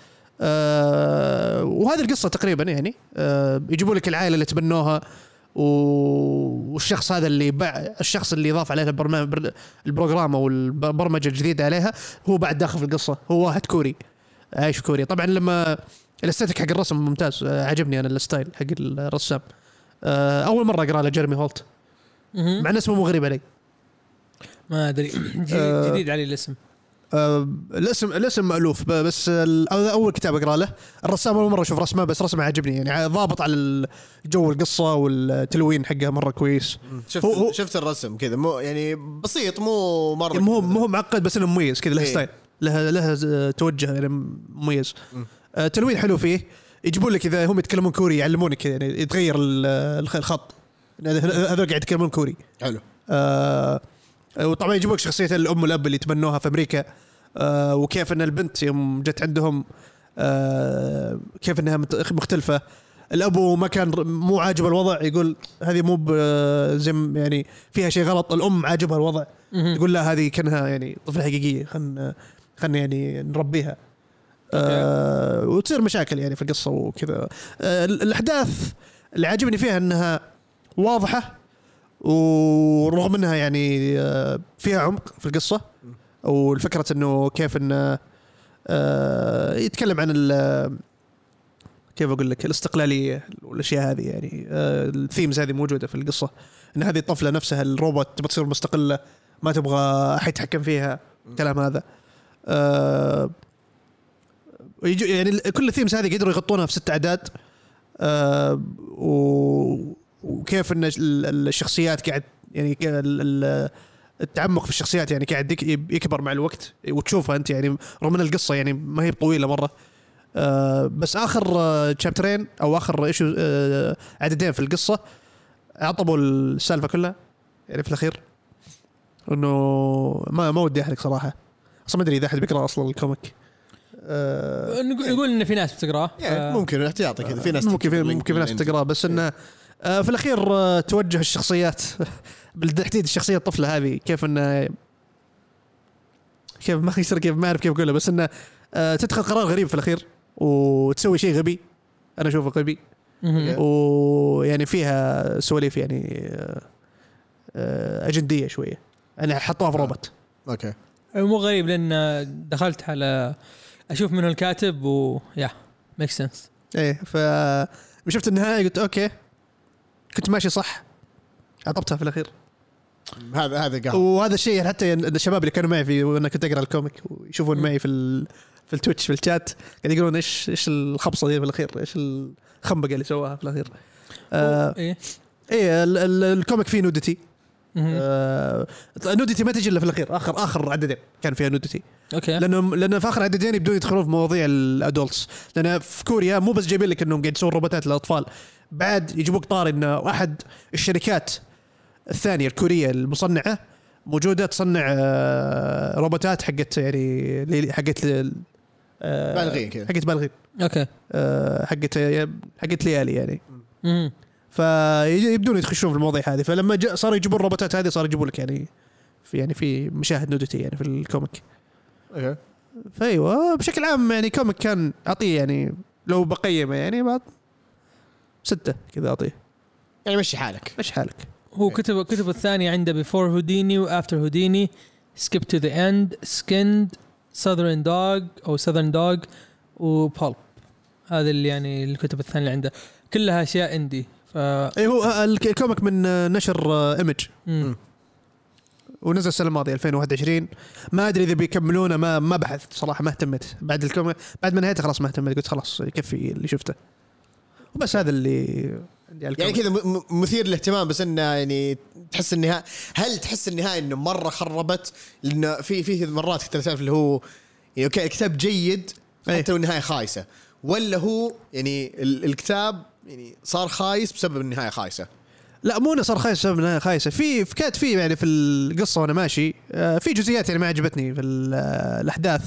Speaker 3: أه وهذه القصه تقريبا يعني أه يجيبوا لك العائله اللي تبنوها والشخص هذا اللي باع الشخص اللي ضاف عليها البرنامج البروجرام او البرمجه الجديده عليها هو بعد داخل في القصه، هو واحد كوري عايش في كوريا. طبعا لما الاستاتيك حق الرسم ممتاز، عجبني انا الستايل حق الرسام. أه اول مره اقرا له جيرمي هولت مع ان اسمه مو غريب علي،
Speaker 2: ما ادري جديد, أه جديد علي الاسم.
Speaker 3: أه الاسم الاسم مألوف، بس اول كتاب اقرا له. الرسام اول مره اشوف رسمه بس رسمه عجبني يعني ضابط على الجو القصه والتلوين حقها مره كويس.
Speaker 1: شفت هو شفت الرسم كذا مو يعني بسيط مو مره
Speaker 3: مو مو معقد بس انه مميز كذا له ستايل له له توجه يعني مميز. أه تلوين حلو فيه. يجيبون لك اذا هم يتكلمون كوري يعلمونك يعني يتغير الخط، هذول قاعد يتكلمون كوري
Speaker 1: حلو.
Speaker 3: أه وطبعا يجيبوك شخصية الأم والأب اللي تبنوها في أمريكا، آه وكيف أن البنت يوم جت عندهم آه كيف أنها مختلفة. الأبو ما كان مو عاجب الوضع، يقول هذه مو زي يعني فيها شيء غلط. الأم عاجبها الوضع، يقول لا هذه كانها يعني طفلة حقيقية، خلنا خلنا يعني نربيها. آه وتصير مشاكل يعني في القصة وكذا. آه الأحداث اللي عاجبني فيها أنها واضحة، ورغم انها يعني فيها عمق في القصه، او الفكره انه كيف انه يتكلم عن كيف اقول لك الاستقلاليه والاشياء هذه يعني الثيمز هذه موجوده في القصه، ان هذه الطفله نفسها الروبوت تبغى تصير مستقله ما تبغى احد يتحكم فيها، الكلام هذا. يعني كل الثيمز هذه قدروا يغطونها في ست اعداد، و وكيف ان الشخصيات قاعد يعني التعمق في الشخصيات يعني قاعد يكبر مع الوقت وتشوفها انت يعني رغم ان القصه يعني ما هي طويله مره. أه بس اخر تشابترين او اخر ايشو أه عددين في القصه عطبوا السالفه كلها يعني في الاخير، انه ما ما ودي احرق صراحه. اصلا ما ادري اذا احد بيقرا اصلا الكوميك.
Speaker 2: أه نقول ان في ناس بتقراه
Speaker 1: يعني ممكن احتياطي كذا، في ناس
Speaker 3: ممكن في ممكن في ناس بتقراه، بس انه آه في الأخير آه توجه الشخصيات بالتحديد الشخصية الطفلة هذه كيف إنه كيف ما يصير كيف ما أعرف كيف أقوله، بس إنه آه تدخل قرار غريب في الأخير وتسوي شيء غبي، أنا أشوفه غبي، ويعني فيها سواليف يعني آه أجندية شوية، أنا حطوها في روبوت.
Speaker 1: أوكي
Speaker 2: مو غريب لأن دخلت على أشوف منه الكاتب ويا ميك سنس.
Speaker 3: إيه فشفت النهاية قلت أوكي كنت ماشي صح، عطبتها في الأخير.
Speaker 1: هذا هذا قال
Speaker 3: وهذا الشيء حتى الشباب اللي كانوا معي في وانا كنت اقرا الكوميك ويشوفون معي في في التويتش في الشات قاعد يقولون ايش ايش الخبصه دي في الاخير، ايش الخنبقه اللي سواها في الاخير. آه
Speaker 2: ايه
Speaker 3: ايه الكوميك فيه نودتي، آه نودتي ما تجي الا في الاخير، اخر اخر عددين كان فيها نودتي.
Speaker 2: اوكي
Speaker 3: لانه لان في اخر عددين يبدون يدخلون في مواضيع الادولتس، لان في كوريا مو بس جايبين لك انهم قاعد يسوون روبوتات للاطفال، بعد يجيبوك طار انه احد الشركات الثانية الكورية المصنعة موجودة تصنع روبوتات حقت يعني حقت
Speaker 1: بالغين كذا،
Speaker 3: حقت بالغين
Speaker 2: اوكي
Speaker 3: حقت حقت ليالي يعني.
Speaker 2: امم
Speaker 3: فيبدون يدخلون في المواضيع هذه، فلما صاروا يجيبون الروبوتات هذه صاروا يجيبون لك يعني في يعني في مشاهد نودتي يعني في الكوميك.
Speaker 1: اوكي
Speaker 3: فايوه بشكل عام يعني كوميك كان اعطيه يعني لو بقيمه يعني بعد ستة كذا اعطيه
Speaker 1: يعني مشي حالك
Speaker 3: مشي حالك.
Speaker 2: هو كتب كتب الثاني عنده before Houdini و after Houdini, skip to the end, skinned, southern dog أو southern dog و pulp. هذا اللي يعني الكتب الثانيه اللي عنده كلها اشياء اندي. ف
Speaker 3: اي هو الكوميك من نشر ايمج ونزل السنه الماضيه ألفين وواحد وعشرين. ما ادري اذا بيكملونه، ما ما بحثت صراحه، ما اهتمت بعد الكوميك بعد ما نهايته خلاص ما اهتمت، قلت خلاص يكفي اللي شفته وبس. هذا اللي
Speaker 1: يعني كذا مثير للاهتمام، بس انه يعني تحس النهايه، هل تحس النهايه انه مره خربت؟ لانه في في مرات كنت تعرف اللي هو يعني اوكي الكتاب جيد حتى والنهايه خايسه، ولا هو يعني الكتاب يعني صار خايس بسبب النهايه خايسه؟
Speaker 3: لا مو انه صار خايس بسبب النهايه خايسه، في كانت في يعني في القصه وانا ماشي في جزئيات يعني ما عجبتني في الاحداث.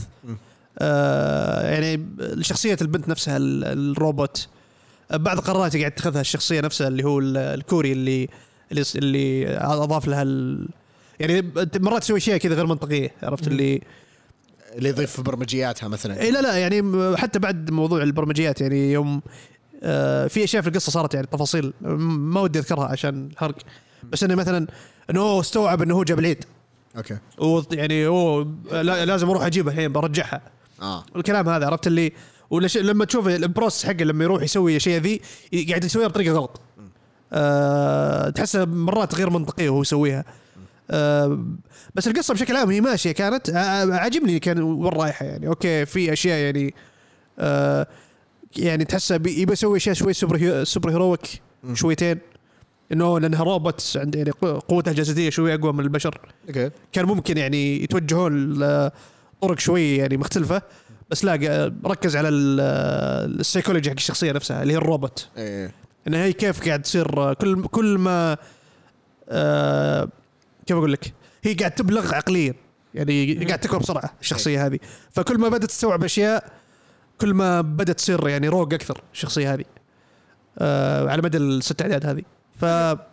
Speaker 3: يعني شخصيه البنت نفسها الروبوت، بعض قرارات قاعد تاخذها الشخصيه نفسها اللي هو الكوري اللي اللي اضاف لها ال... يعني مرات تسوي اشياء كذا غير منطقيه، عرفت اللي
Speaker 1: اللي يضيف برمجياتها مثلا.
Speaker 3: اي لا لا يعني حتى بعد موضوع البرمجيات يعني يوم آه في اشياء في القصه صارت يعني تفاصيل ما ودي اذكرها عشان الحرق، بس انه مثلا انه هو استوعب انه هو جاب العيد
Speaker 1: اوكي
Speaker 3: ويعني هو لازم اروح اجيبها الحين برجعها
Speaker 1: اه
Speaker 3: الكلام هذا، عرفت اللي ولا شيء لما تشوف البروس حقه لما يروح يسوي شيء ذي قاعد يسويها بطريقه غلط، أه تحسها مرات غير منطقيه وهو يسويها. أه بس القصه بشكل عام هي ماشيه كانت عاجبني كان وين رايحه يعني اوكي في اشياء يعني أه يعني تحسها يبي يسوي اشياء شوي سوبر سوبر هيرويك شويتين، انه لانها روبوت عند يعني قوتها الجسديه شوي اقوى من البشر.
Speaker 1: اوكي
Speaker 3: كان ممكن يعني يتوجهون طرق شوي يعني مختلفه، بس لا ركز على السيكولوجي حق الشخصيه نفسها اللي هي الروبوت.
Speaker 1: ايه
Speaker 3: انها هي كيف قاعد تصير كل كل ما آه كيف اقول لك هي قاعد تبلغ عقليا يعني قاعد تكبر بسرعه الشخصيه هذه، فكل ما بدت تستوعب اشياء كل ما بدت تصير يعني روج اكثر الشخصيه هذه آه على مدى الست اعداد هذه. ف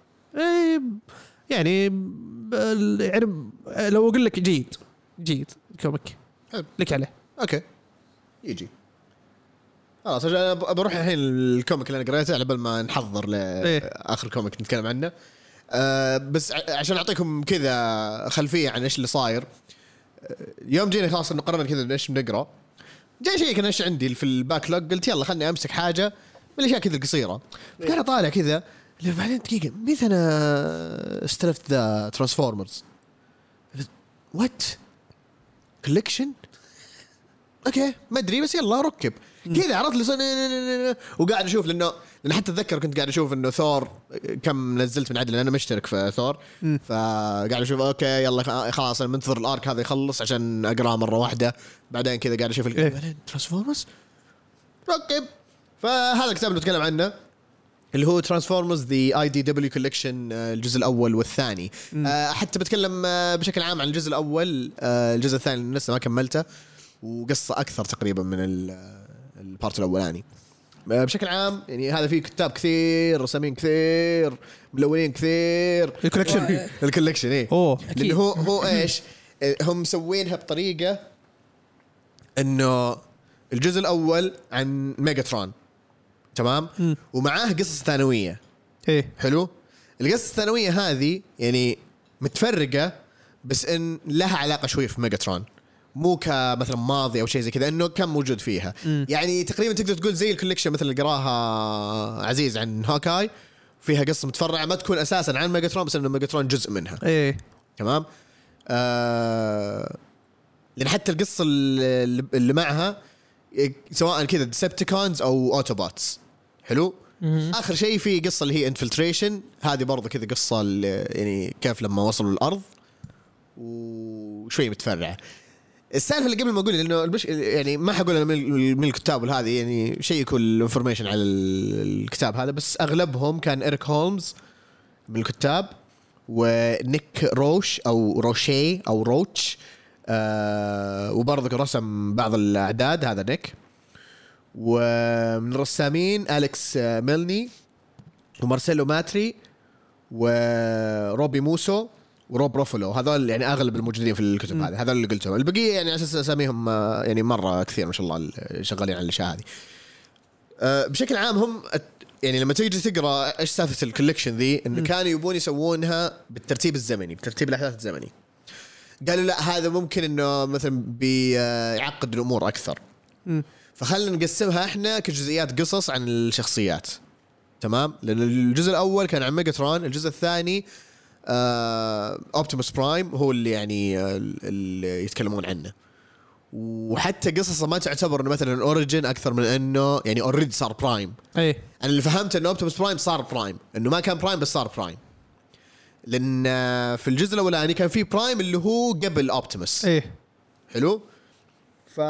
Speaker 3: يعني يعني لو اقول لك جيد جيد كوميك لك عليه
Speaker 1: اوكي يجي خلاص. بروح الحين الكوميك اللي انا قريته على بال ما نحضر لاخر كوميك نتكلم عنه. أه بس عشان اعطيكم كذا خلفيه عن ايش اللي صاير. يوم جينا خلاص انه قررنا كذا ايش بنقرا، جاي شيء كان ايش عندي في الباك لوج، قلت يلا خلني امسك حاجه من الاشياء كذا القصيره. كان طالع كذا اللي بعدين دقيقه متى انا استلفت ذا ترانسفورمرز وات كولكشن اوكي ما ادري بس يلا ركب كذا، عرفت لي وقاعد اشوف لانه لان حتى اتذكر كنت قاعد اشوف انه ثور كم نزلت من عدل، انا مشترك في ثور، فقاعد اشوف اوكي يلا خلاص انا منتظر الارك هذا يخلص عشان اقراه مره واحده، بعدين كذا قاعد اشوف بعدين ترانسفورمرز ركب. فهذا الكتاب اللي نتكلم عنه اللي هو ترانسفورمرز ذا اي دي دبليو كولكشن الجزء الاول والثاني. أه حتى بتكلم بشكل عام عن الجزء الاول، أه الجزء الثاني لسه ما كملته وقصه اكثر تقريبا من البارت الاولاني. أه بشكل عام يعني هذا فيه كتاب كثير، رسامين كثير، ملونين كثير،
Speaker 3: الكولكشن
Speaker 1: الكولكشن ايه
Speaker 3: اوه
Speaker 1: لانه هو هو ايش هم مسوينها بطريقه انه الجزء الاول عن ميجاترون تمام م. ومعاه قصص ثانويه
Speaker 3: ايه
Speaker 1: حلو. القصص الثانويه هذه يعني متفرقه بس ان لها علاقه شوي في ميجاترون، مو كمثلا ماضي او شيء زي كذا، انه كان موجود فيها م. يعني تقريبا تقدر تقول زي الكوليكشن مثل اللي قراها عزيز عن هوكاي، فيها قصه متفرعه ما تكون اساسا عن ميجاترون بس انه ميجاترون جزء منها
Speaker 3: ايه تمام.
Speaker 1: آه لان حتى القصه اللي, اللي معها سواء كذا ديسبتيكونز او اوتوباتس حلو. اخر شيء في قصه اللي هي انفلتريشن، هذه برضه كذا قصه يعني كيف لما وصلوا الارض وشوي متفرعه. السالفه اللي قبل ما اقول انه البش يعني ما حقول انا من الكتاب هذه يعني شيء كل انفورميشن على الكتاب هذا، بس اغلبهم كان إريك هولمز من الكتاب ونيك روش او روشي او روتش، آه وبرضه رسم بعض الاعداد هذا نيك. ومن الرسامين أليكس ميلني ومارسيلو ماتري وروبي موسو وروب روفلو، هذول يعني اغلب الموجودين في الكتب هذه، هذول اللي قلتهم. البقيه يعني اساس اساميهم يعني مره كثير ما شاء الله شغالين على الاشياء هذه. أه بشكل عام هم يعني لما تيجي تقرا ايش سالفه الكولكشن ذي انه كانوا يبون يسوونها بالترتيب الزمني، بترتيب الاحداث الزمني. قالوا لا هذا ممكن انه مثلا بيعقد الامور اكثر، فخلنا نقسمها احنا كجزئيات قصص عن الشخصيات. تمام. لان الجزء الاول كان عن ميجاترون، الجزء الثاني اوبتيموس برايم هو اللي يعني اللي يتكلمون عنه. وحتى قصصه ما تعتبر انه مثلا اوريجين اكثر من انه يعني اوريدي صار برايم.
Speaker 3: اي
Speaker 1: انا اللي فهمت انه اوبتيموس برايم صار برايم، انه ما كان برايم بس صار برايم. لان في الجزء الاولاني كان في برايم اللي هو قبل اوبتيموس.
Speaker 3: ايه
Speaker 1: حلو. ف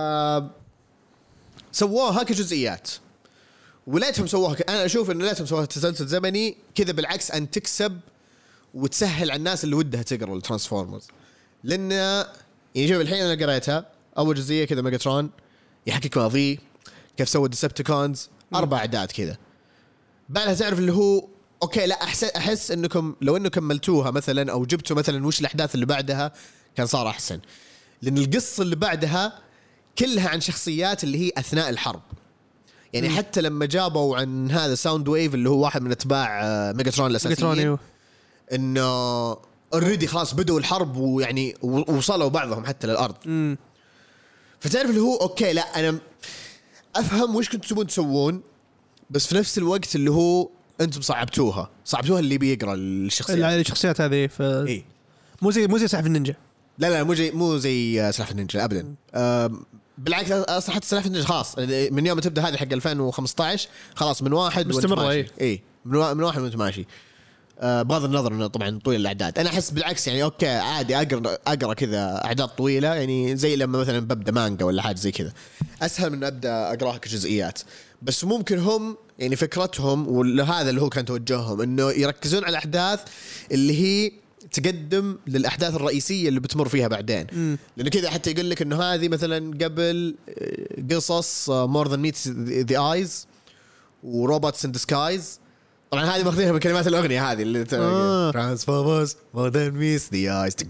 Speaker 1: سووها كجزئيات وليتهم سووها ك... انا اشوف انه ليتهم سووها تسلسل زمني كذا، بالعكس ان تكسب وتسهل على الناس اللي ودها تقرا الترانسفورمرز. لان يعني شوف الحين انا قريتها اول جزئيه كذا ميجاترون يحكيك ماضيه كيف سوى ديسبتيكونز اربع اعداد كذا. بعدها تعرف اللي هو اوكي لا احس احس انكم لو انه كملتوها مثلا او جبتوا مثلا وش الاحداث اللي بعدها كان صار احسن. لان القصه اللي بعدها كلها عن شخصيات اللي هي اثناء الحرب. يعني م. حتى لما جابوا عن هذا ساوند ويف اللي هو واحد من اتباع ميجاترون الاساسيين انه اوريدي خلاص بدوا الحرب ويعني وصلوا بعضهم حتى للارض. م. فتعرف اللي هو اوكي لا انا افهم وش كنتوا تبون تسوون، بس في نفس الوقت اللي هو انتم صعبتوها صعبتوها اللي بيقرا الشخصيات
Speaker 3: الشخصيات هذه ف...
Speaker 1: إيه؟
Speaker 3: مو زي مو زي سلاحف النينجا.
Speaker 1: لا لا مو زي مو زي سلاحف النينجا ابدا. بالعكس اصلا حتى سلاحف النينجا خلاص من يوم تبدا هذه حق ألفين وخمسة عشر خلاص من واحد
Speaker 3: مستمره. اي
Speaker 1: إيه من, وا... من واحد وانت ماشي. أه بغض النظر انه طبعا طويل الاعداد، انا احس بالعكس يعني اوكي عادي اقرا اقرا كذا اعداد طويله، يعني زي لما مثلا ببدا مانجا ولا حاجه زي كذا اسهل من ابدا اقراها كجزئيات. بس ممكن هم يعني فكرتهم وهذا اللي هو كان توجههم انه يركزون على الاحداث اللي هي تقدم للاحداث الرئيسيه اللي بتمر فيها بعدين. لانه كذا حتى يقول لك انه هذه مثلا قبل قصص مور ذان ميتس ذا ايز وروبوتس ان ذا سكايز. طبعا هذه ماخذينها من كلمات الاغنيه هذه اللي ترانسفورمرز مور ذان ميتس ذا ايز.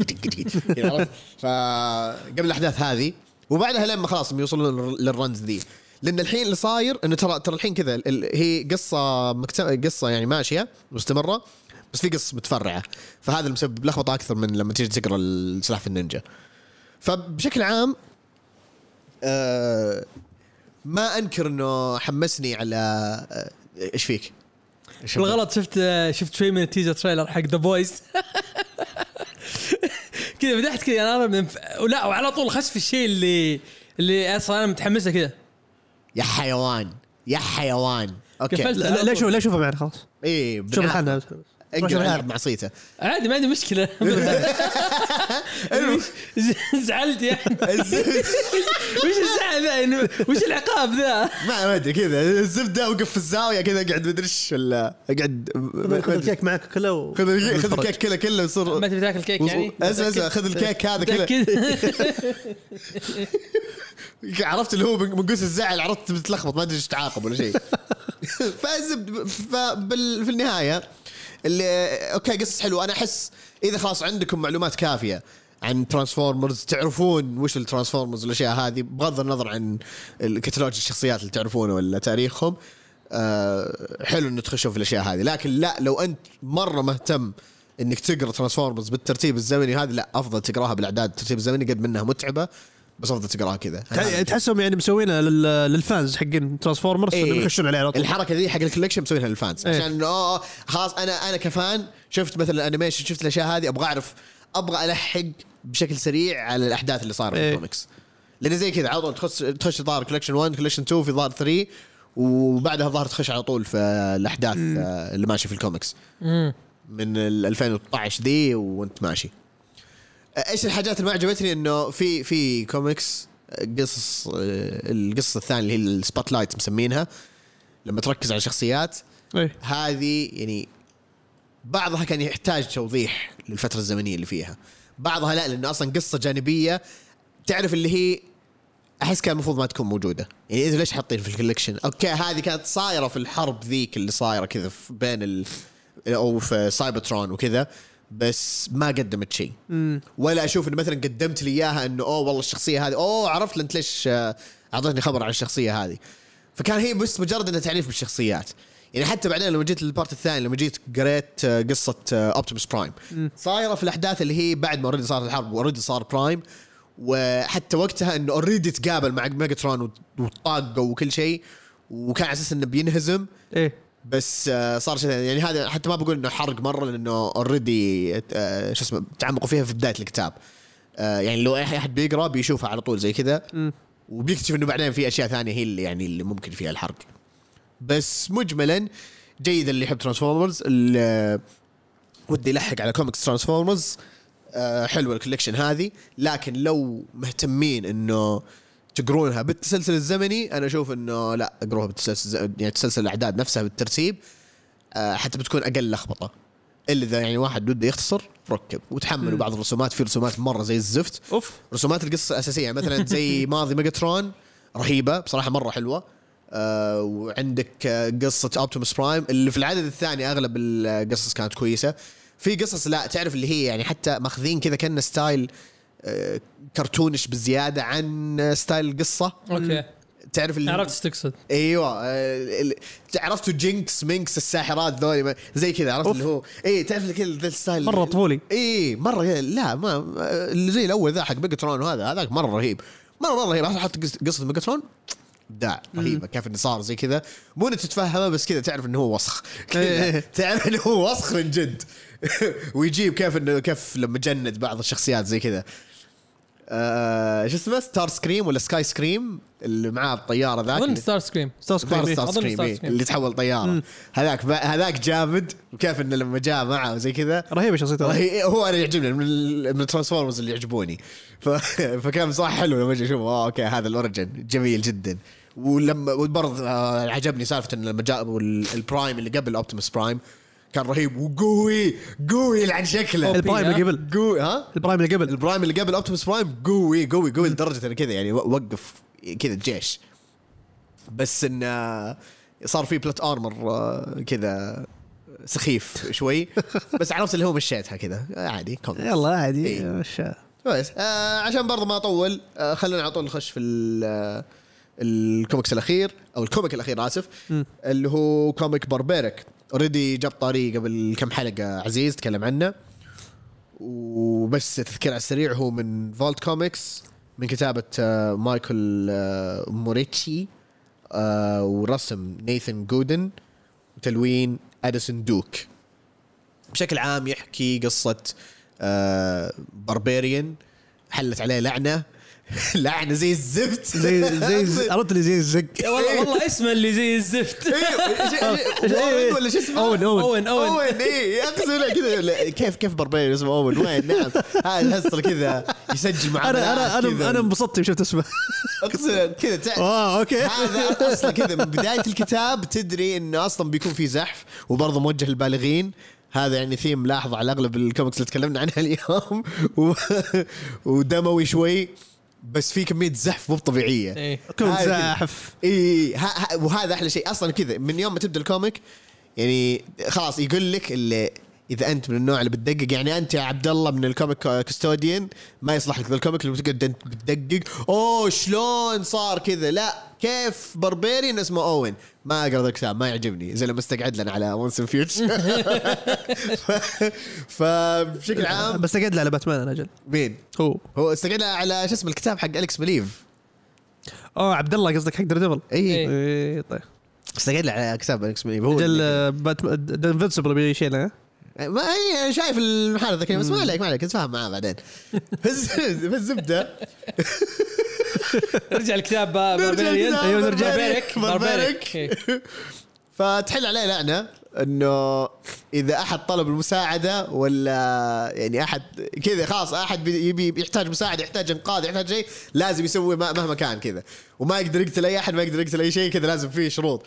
Speaker 1: فقبل الاحداث هذه وبعدها لما خلاص يوصلون للرنز ذي. لان الحين اللي صاير انه ترى ترى الحين كذا هي قصه مكتب قصه يعني ماشيه مستمره، بس في قصص متفرعه، فهذا المسبب لخبطه اكثر من لما تيجي تقرا السلاحف النينجا. فبشكل عام آه ما انكر انه حمسني على آه ايش فيك
Speaker 2: الغلط. شفت شفت شوي من التيزر تريلر حق ذا بويز كذا بدحت كذا انا من ف... ولا وعلى طول خش في الشيء اللي اللي اصلا انا متحمس له كذا.
Speaker 1: يا حيوان يا حيوان. اوكي
Speaker 3: لا لا شوف لا شوفه معنا خلاص.
Speaker 1: ايه
Speaker 3: شوف الحين
Speaker 1: اقدر معصيته
Speaker 2: عادي ما عندي مشكله. زعلت يعني وش الزعل ذا يعني وش العقاب ذا
Speaker 1: ما ادري كذا الزبده وقف في الزاويه كذا قاعد مدري ايش ولا اقعد
Speaker 3: خذ الكيك معك كله و...
Speaker 1: خذ خذ الكيك كله كله وصر
Speaker 2: ما تبي تاكل كيك يعني
Speaker 1: اسمع اسمع خذ الكيك هذا كذا عرفت اللي هو من قوس الزعل عرفت بتلخبط ما ادري ايش تعاقب ولا شيء. فازب في النهايه اللي اوكي قصص حلوه. انا احس اذا خلاص عندكم معلومات كافيه عن ترانسفورمرز تعرفون وش الترانسفورمرز والاشياء هذه بغض النظر عن الكتالوج الشخصيات اللي تعرفونه ولا تاريخهم، أه حلو انه تخشوا في الاشياء هذه. لكن لا لو انت مره مهتم انك تقرا ترانسفورمرز بالترتيب الزمني هذه لا افضل تقراها بالاعداد الترتيب الزمني قد منها متعبه، بس افضل تقراها كذا.
Speaker 3: تحسهم يعني مسوينها للفانز حقين ترانسفورمرز اللي بيخشون عليه على طول.
Speaker 1: الحركه ذي حق الكولكشن مسوينها للفانز
Speaker 3: إيه؟
Speaker 1: عشان اه خلاص انا انا كفان شفت مثلا الانيميشن شفت الاشياء هذه ابغى اعرف ابغى الحق بشكل سريع على الاحداث اللي صارت إيه؟ في الكوميكس. لان زي كذا على طول تخش تخش ظهر كولكشن واحد كولكشن اثنين في ظهر ثلاثة وبعدها ظهر تخش على طول في الاحداث مم. اللي ماشي في الكوميكس مم. من ألفين وإثناشر عشر دي وانت ماشي. ايش الحاجات اللي ما عجبتني انه في في كوميكس قصص القصة الثانية اللي هي السبوت لايت مسمينها لما تركز على شخصيات
Speaker 3: أيه.
Speaker 1: هذه يعني بعضها كان يحتاج توضيح للفترة الزمنية اللي فيها، بعضها لا لأنه أصلا قصة جانبية تعرف اللي هي أحس كان المفروض ما تكون موجودة. يعني إذا ليش حاطين في الكولكشن أوكي هذه كانت صايرة في الحرب ذيك اللي صايرة كذا بين ال أو في سايبرترون وكذا، بس ما قدمت شيء ولا أشوف إنه مثلا قدمت لي إياها إنه أوه والله الشخصية هذه أوه عرفت لأنت ليش أعطتني خبر عن الشخصية هذه. فكان هي بس مجرد إنه تعريف بالشخصيات. يعني حتى بعدين لما جيت للبارت الثاني لما جيت قريت قصة أوبتيموس برايم صايرة في الأحداث اللي هي بعد ما أوريدي صارت الحرب وأوريدي صار برايم وحتى وقتها انه اوريدي تقابل مع ميجاترون وطاقه وكل شيء وكان على اساس انه بينهزم
Speaker 3: ايه
Speaker 1: بس آه صار شيء يعني هذا حتى ما بقول انه حرق مره لانه اوريدي آه شو اسمه تعمقوا فيها في بدايه الكتاب آه يعني لو اي احد بيقرا بيشوفها على طول زي كذا وبيكتشف انه بعدين في اشياء ثانيه هي اللي يعني اللي ممكن فيها الحرق. بس مجملا جيد اللي يحب ترانسفورمرز اللي ودي يلحق على كوميكس ترانسفورمرز آه حلوه الكوليكشن هذه. لكن لو مهتمين انه تقرونها بالتسلسل الزمني انا اشوف انه لا اقروها بالتسلسل يعني تسلسل الاعداد نفسها بالترتيب آه حتى بتكون اقل لخبطه الا اذا يعني واحد بده يختصر ركب وتحملوا بعض الرسومات في رسومات مره زي الزفت.
Speaker 3: اوف
Speaker 1: رسومات القصه الاساسيه مثلا زي ماضي ميجاترون رهيبه بصراحه مره حلوه آه وعندك آه قصه اوبتيموس برايم اللي في العدد الثاني اغلب القصص كانت كويسه. في قصص لا تعرف اللي هي يعني حتى ماخذين كذا كأنه ستايل آه كرتونش بزياده عن ستايل القصه.
Speaker 2: اوكي
Speaker 1: تعرف اللي
Speaker 2: عرفت ايش تقصد.
Speaker 1: ايوه آه عرفتوا جينكس مينكس الساحرات ذولي زي كذا عرفت اللي هو اي تعرف كذا ذا الستايل
Speaker 3: مره طفولي
Speaker 1: اي مره لا ما اللي زي الاول ذا حق ميجاترون وهذا هذاك مره رهيب مره مره رهيب. حتى قصه ميجاترون ابداع رهيبه كيف انه صار زي كذا مو انك تتفهمه بس كذا تعرف انه هو وسخ تعرف انه هو وسخ من جد ويجيب كيف انه كيف لما جند بعض الشخصيات زي كذا آه شو اسمه ستار سكريم ولا سكاي سكريم اللي معاه الطياره ذاك
Speaker 2: اظن ستار سكريم
Speaker 3: ستار سكريم
Speaker 1: ستار سكريم اللي تحول طياره هذاك هذاك جامد وكيف انه لما جاء معه زي كذا
Speaker 3: رهيبه شخصيته
Speaker 1: رهيب. هو انا يعجبني من من الترانسفورمرز اللي يعجبوني ف... فكان صح حلو لما اجي اشوف اه اوكي هذا الاوريجن جميل جدا. ولما وبرضه آه عجبني سالفه ان لما جاء البرايم اللي قبل اوبتيموس برايم كان رهيب وقوي قوي عن شكله.
Speaker 3: البرايم اللي قبل
Speaker 1: قوي ها
Speaker 3: البرايم اللي قبل
Speaker 1: البرايم اللي قبل اوبتيموس برايم قوي قوي قوي لدرجه ان كذا يعني وقف كذا الجيش. بس ان صار في بلات ارمر كذا سخيف شوي بس عرفت اللي هو مشيتها كذا عادي كوميكس
Speaker 3: يلا عادي
Speaker 1: إيه.
Speaker 3: مشى
Speaker 1: كويس. آه عشان برضه ما اطول آه خلينا على طول نخش في الكوميكس الاخير او الكوميك الاخير اسف م. اللي هو كوميك باربيريك. اوريدي جاب طاري قبل كم حلقه عزيز تكلم عنه وبس تذكر على السريع هو من فولت كوميكس من كتابه آه مايكل آه موريتشي آه ورسم نيثن جودن وتلوين اديسون دوك. بشكل عام يحكي قصه آه باربيريان حلت عليه لعنه لعنه زي الزفت زي
Speaker 3: زي عرفت اللي زي الزق
Speaker 2: والله والله اسمه اللي زي الزفت
Speaker 1: ايوه ولا شو اسمه
Speaker 3: اون اون
Speaker 2: اون اون
Speaker 1: اي يا اخي كذا كيف كيف باربيريان اسمه اون وين نعم هذا هسه كذا يسجل معنا
Speaker 3: انا انا انا انا انبسطت وشفت اسمه
Speaker 1: اقصد كذا
Speaker 3: اه اوكي
Speaker 1: هذا اصلا كذا من بدايه الكتاب تدري انه اصلا بيكون في زحف وبرضه موجه للبالغين. هذا يعني ثيم لاحظ على اغلب الكوميكس اللي تكلمنا عنها اليوم ودموي شوي بس في كميه زحف مو طبيعيه.
Speaker 2: إيه.
Speaker 3: كم زحف
Speaker 1: اي وهذا احلى شيء اصلا كذا من يوم ما تبدا الكوميك يعني خلاص يقول لك اللي اذا انت من النوع اللي بتدقق يعني انت يا عبد الله من الكوميك كاستوديان ما يصلح لك ذا الكوميك اللي بتقعد انت بتدقق اوه شلون صار كذا لا كيف باربيريان اسمه اوين ما اقرا الكتاب ما يعجبني زي لما استقعد لنا على وانس ان فيوتشر فبشكل عام
Speaker 3: بس استقعد على باتمان انا اجل
Speaker 1: مين
Speaker 3: هو
Speaker 1: هو استقعد على شو اسم الكتاب حق أليكس مليف
Speaker 3: اه عبد الله قصدك حق ديفل
Speaker 1: اي
Speaker 3: اي طيب
Speaker 1: استقعد على كتاب أليكس مليف هو
Speaker 3: اجل باتمان انفنسبل بيشيلها
Speaker 1: ما هي شايف المحل ذا بس ما عليك ما عليك تفهم معاه بعدين فالزبده
Speaker 2: نرجع الكتاب باربيريان
Speaker 1: ايوه
Speaker 2: نرجع باربيريك باربيريك
Speaker 1: فتحل عليه لعنه انه اذا احد طلب المساعده ولا يعني احد كذا خلاص احد يبي يحتاج مساعده يحتاج انقاذ يحتاج شيء لازم يسوي مهما كان كذا وما يقدر يقتل اي احد ما يقدر يقتل اي شيء كذا لازم فيه شروط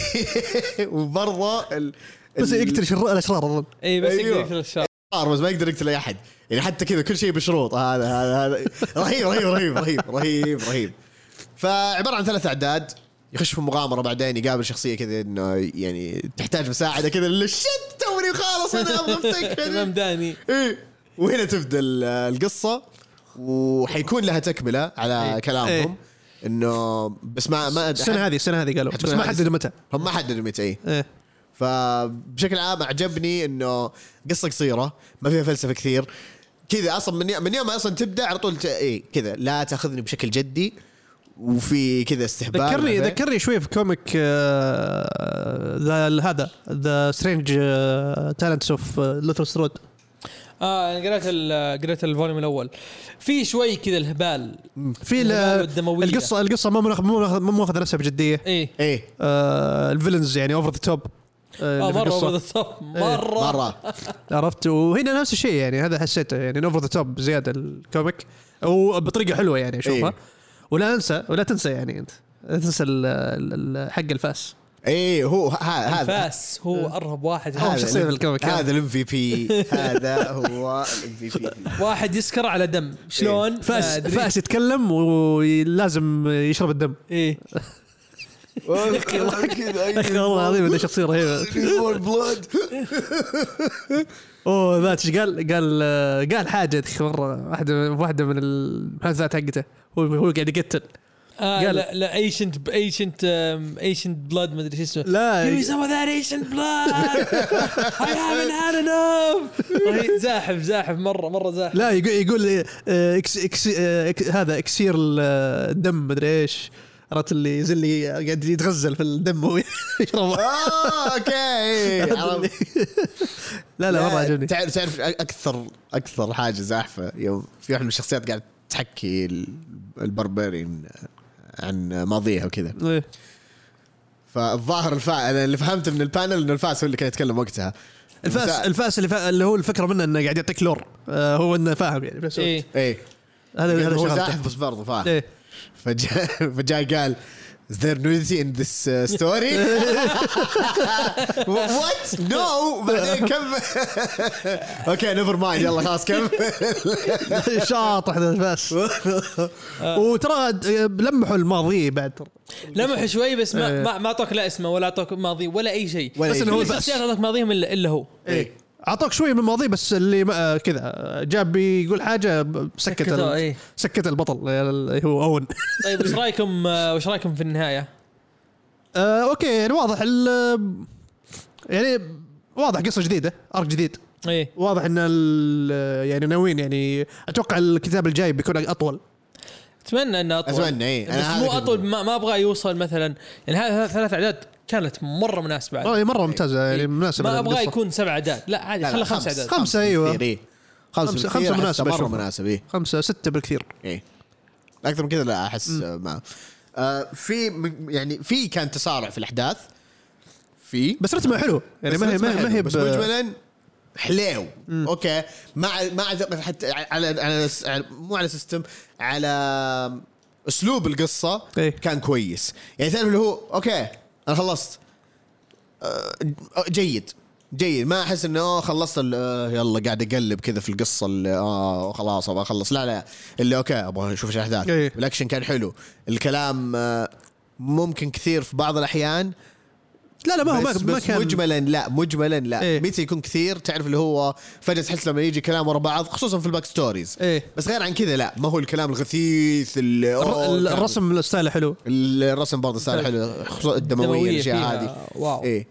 Speaker 1: وبرضه ال...
Speaker 3: بس يقتل الاشرار اظن
Speaker 2: اي بس يقدر يقتل الشر
Speaker 1: بس ما يقدر يقتل اي احد يعني حتى كذا كل شيء بشروط هذا هذا هذا رهيب رهيب رهيب رهيب رهيب رهيب فعباره عن ثلاث اعداد يخش في مغامره بعدين يقابل شخصيه كذا انه يعني تحتاج مساعده كذا للشت توني خالص انا ابغى افتكر
Speaker 2: ممداني
Speaker 1: ايه وهنا تبدا القصه وحيكون لها تكمله على
Speaker 3: إيه.
Speaker 1: كلامهم
Speaker 3: إيه.
Speaker 1: انه بس ما ما
Speaker 3: السنه هذه السنه هذه قالوا بس ما حددوا متى
Speaker 1: هم ما حددوا متى ايه,
Speaker 3: إيه.
Speaker 1: فبشكل عام عجبني انه قصه قصيره ما فيها فلسفه كثير كذا اصلا من يوم من يوم اصلا تبدا على طول ت... ايه كذا لا تاخذني بشكل جدي وفي كذا استهبال.
Speaker 3: ذكرني ذكرني شوي في كوميك آه ذا هذا ذا سترينج تالنتس اوف لوثر سترود.
Speaker 2: اه انا قرأت قرأت الفوليوم الاول في شوي كذا الهبال
Speaker 3: في القصه القصه ما ماخذ مو ماخذ نفسها بجديه.
Speaker 2: ايه
Speaker 1: ايه
Speaker 3: آه الفيلنز يعني اوفر ذا توب
Speaker 2: اه مره اوفر ذا توب مره
Speaker 1: مره
Speaker 3: عرفت. وهنا نفس الشيء يعني هذا حسيته يعني اوفر ذا توب زياده الكوميك او بطريقه حلوه يعني اشوفها. إيه. ولا انسى ولا تنسى يعني انت تنسى حق الفاس.
Speaker 1: ايه هو هذا
Speaker 2: الفاس هو ارهب واحد
Speaker 3: هذا الكوميك.
Speaker 1: هذا الام في بي هذا هو الام في بي.
Speaker 2: واحد يسكر على دم شلون إيه؟
Speaker 3: فاس فاس يتكلم ولازم يشرب الدم.
Speaker 2: ايه
Speaker 1: والله كذا
Speaker 3: والله العظيم هذا شخصيه رهيبه. اوه ذات ايش قال قال قال حاجه مره واحده واحده من المحادثات حقته هو هو قاعد يقتل.
Speaker 2: آه قال لا لا ايشنت ايشنت ايشنت بلاد ما ادري ايش اسمه.
Speaker 3: لا
Speaker 2: give me some of that ancient blood I haven't had enough. زاحف زاحف مره مره زاحف.
Speaker 3: لا يقول يقول اكس اكس هذا اكسير الدم ما ادري ايش عرفت اللي زي اللي قاعد يتغزل في الدم ويشربه.
Speaker 1: اه اوكي
Speaker 3: لا لا والله عجبني.
Speaker 1: تعرف تعرف اكثر اكثر حاجه زاحفه يوم في واحد من الشخصيات قاعد تحكي البربرين عن ماضيها وكذا.
Speaker 3: إيه.
Speaker 1: فالظاهر الفا انا اللي فهمته من البانل انه الفاس هو اللي كان يتكلم وقتها.
Speaker 3: الفاس الفاس اللي, فا... اللي هو الفكره منه انه قاعد يعطيك لور. آه هو انه فاهم يعني بس
Speaker 2: ايه
Speaker 1: ايه
Speaker 3: هذا هذا
Speaker 1: هو
Speaker 3: شغلته.
Speaker 1: زاحف بس برضه فاهم.
Speaker 3: إيه.
Speaker 1: فجاء فجاء قال Is there nudity in this uh, story? What? No. بعدين كم. Okay, never mind. يلا خلاص كم.
Speaker 3: شاطح هذا الفاس. وترى لمحوا الماضي بعد.
Speaker 2: لمحوا شوي بس ما ما ما اعطوك لا اسمه ولا اعطوك ماضي ولا اي شيء.
Speaker 1: بس
Speaker 2: انه هو الشخصيات اعطوك ماضيهم الا الا هو.
Speaker 1: إيه.
Speaker 3: اعطوك شويه من الماضي بس اللي كذا جاب يقول حاجه سكت
Speaker 2: ايه.
Speaker 3: سكت البطل اللي هو اون.
Speaker 2: طيب وش رايكم وش رايكم في النهايه؟
Speaker 3: آه، اوكي يعني واضح يعني واضح قصه جديده ارك جديد.
Speaker 2: ايه
Speaker 3: واضح ان يعني ناويين يعني اتوقع الكتاب الجاي بيكون اطول.
Speaker 2: اتمنى انه اطول.
Speaker 1: اتمنى ايه
Speaker 2: بس مو اطول ما, ما ابغى يوصل مثلا يعني هذا ثلاث اعداد كانت مره مناسبه.
Speaker 3: اه مره ممتازه يعني مناسبه.
Speaker 2: ما ابغى يكون سبع اعداد لا عادي خلي خمس اعداد.
Speaker 3: خمسه ايوه
Speaker 1: خمسه
Speaker 3: خمسه مناسبه
Speaker 1: مره مناسبه. ايه
Speaker 3: خمسه سته بالكثير.
Speaker 1: ايه اكثر من كذا لا احس ما آه في يعني في كان تسارع في الاحداث في
Speaker 3: بس رتمه حلو يعني ما هي ما هي
Speaker 1: بس مجملا حليو. اوكي مع مع حتى على على مو على سيستم على اسلوب القصه.
Speaker 3: إيه؟
Speaker 1: كان كويس يعني تعرف اللي هو اوكي انا خلصت آه جيد جيد ما احس انه اه خلصت يلا قاعد اقلب كذا في القصه اللي اه خلاص ابغى اخلص لا لا اللي اوكي ابغى اشوف الاحداث.
Speaker 3: إيه؟
Speaker 1: الاكشن كان حلو الكلام آه ممكن كثير في بعض الاحيان
Speaker 3: لا لا ما هو
Speaker 1: بس,
Speaker 3: ما
Speaker 1: بس
Speaker 3: كان
Speaker 1: مجملا لا مجملا لا
Speaker 3: إيه؟
Speaker 1: متى يكون كثير تعرف اللي هو فجأة تحس لما يجي كلام ورا بعض خصوصا في الباك ستوريز.
Speaker 3: إيه؟
Speaker 1: بس غير عن كذا لا ما هو الكلام الغثيث
Speaker 3: الرسم الستايل حلو
Speaker 1: الرسم برضه ستايل حلو خصوصا الدمويه الاشياء هذه.
Speaker 2: واو.
Speaker 1: ايه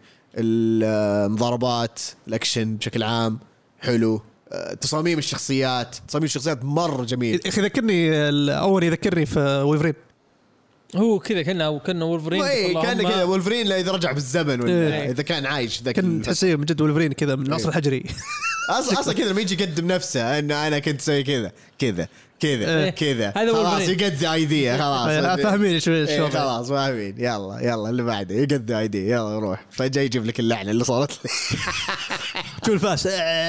Speaker 1: المضاربات الاكشن بشكل عام حلو. تصاميم الشخصيات تصاميم الشخصيات مره جميل.
Speaker 3: اخي ذكرني اول يذكرني في وولفرين
Speaker 2: هو كذا كنا كنا وولفرين
Speaker 1: ايه كان كذا وولفرين لا اذا رجع بالزمن ولا إيه؟ اذا كان عايش ذاك
Speaker 3: كان تحسيه من جد وولفرين كذا من العصر الحجري.
Speaker 1: اصلا اصلا كذا لما يجي يقدم نفسه انه انا كنت اسوي كذا كذا كذا كذا خلاص يقدم ايديا خلاص
Speaker 3: فاهمين شو
Speaker 1: إيه خلاص فاهمين يلا يلا اللي بعده يقدم ايديا يلا روح فجأة يجيب لك اللعنه اللي صارت لي
Speaker 3: تقول فاس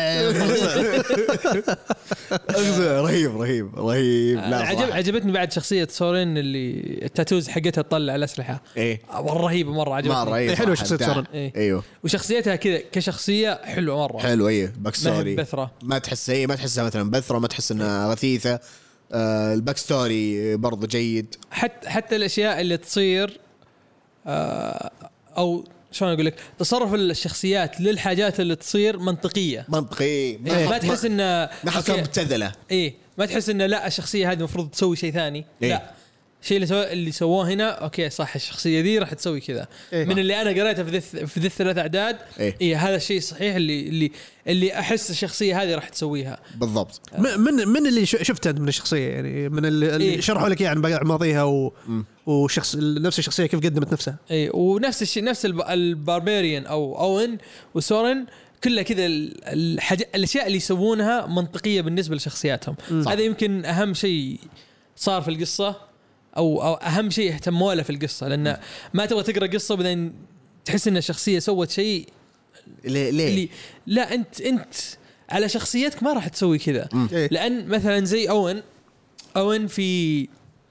Speaker 1: رهيب رهيب رهيب.
Speaker 2: لا عجب عجبتني بعد شخصيه سورين اللي التاتوز حقتها تطلع الاسلحه.
Speaker 1: ايه
Speaker 2: رهيبه مره عجبتني
Speaker 1: مره
Speaker 3: حلوه شخصيه سورين.
Speaker 2: إيه.
Speaker 1: ايوه
Speaker 2: وشخصيتها كذا كشخصيه حلوه مره
Speaker 1: حلوه. ايه باك ستوري
Speaker 2: بثرة.
Speaker 1: ما تحس هي ما تحسها مثلا بثره ما تحس انها غثيثه. آه الباك ستوري برضه جيد.
Speaker 2: حتى حتى الاشياء اللي تصير آه او شلون اقول لك تصرف الشخصيات للحاجات اللي تصير منطقيه
Speaker 1: منطقي.
Speaker 2: إيه ما تحس انه
Speaker 1: ما حس مبتذله.
Speaker 2: ايه ما تحس انه لا الشخصيه هذه المفروض تسوي شيء ثاني.
Speaker 1: إيه؟
Speaker 2: لا الشيء اللي سو... اللي سووه هنا اوكي صح الشخصيه دي راح تسوي كذا
Speaker 3: إيه.
Speaker 2: من اللي انا قريته في ذي في ذي الثلاث اعداد
Speaker 1: إيه.
Speaker 2: إيه هذا الشيء صحيح اللي اللي اللي احس الشخصيه هذه راح تسويها
Speaker 1: بالضبط.
Speaker 3: م- من من اللي ش- شفته من الشخصيه يعني من اللي, اللي
Speaker 2: إيه.
Speaker 3: شرحوا لك يعني عن ماضيها و... وشخص نفس الشخصيه كيف قدمت نفسها.
Speaker 2: اي ونفس الشيء نفس الب... الباربيريان او اوين وسورن كلها كذا الحاجة الاشياء اللي يسوونها منطقيه بالنسبه لشخصياتهم. هذا يمكن اهم شيء صار في القصه او او اهم شيء اهتموا له في القصه لان ما تبغى تقرا قصه وبعدين تحس ان الشخصيه سوت شيء
Speaker 1: ليه ليه
Speaker 2: اللي لا انت انت على شخصيتك ما راح تسوي كذا لان مثلا زي اوين اوين في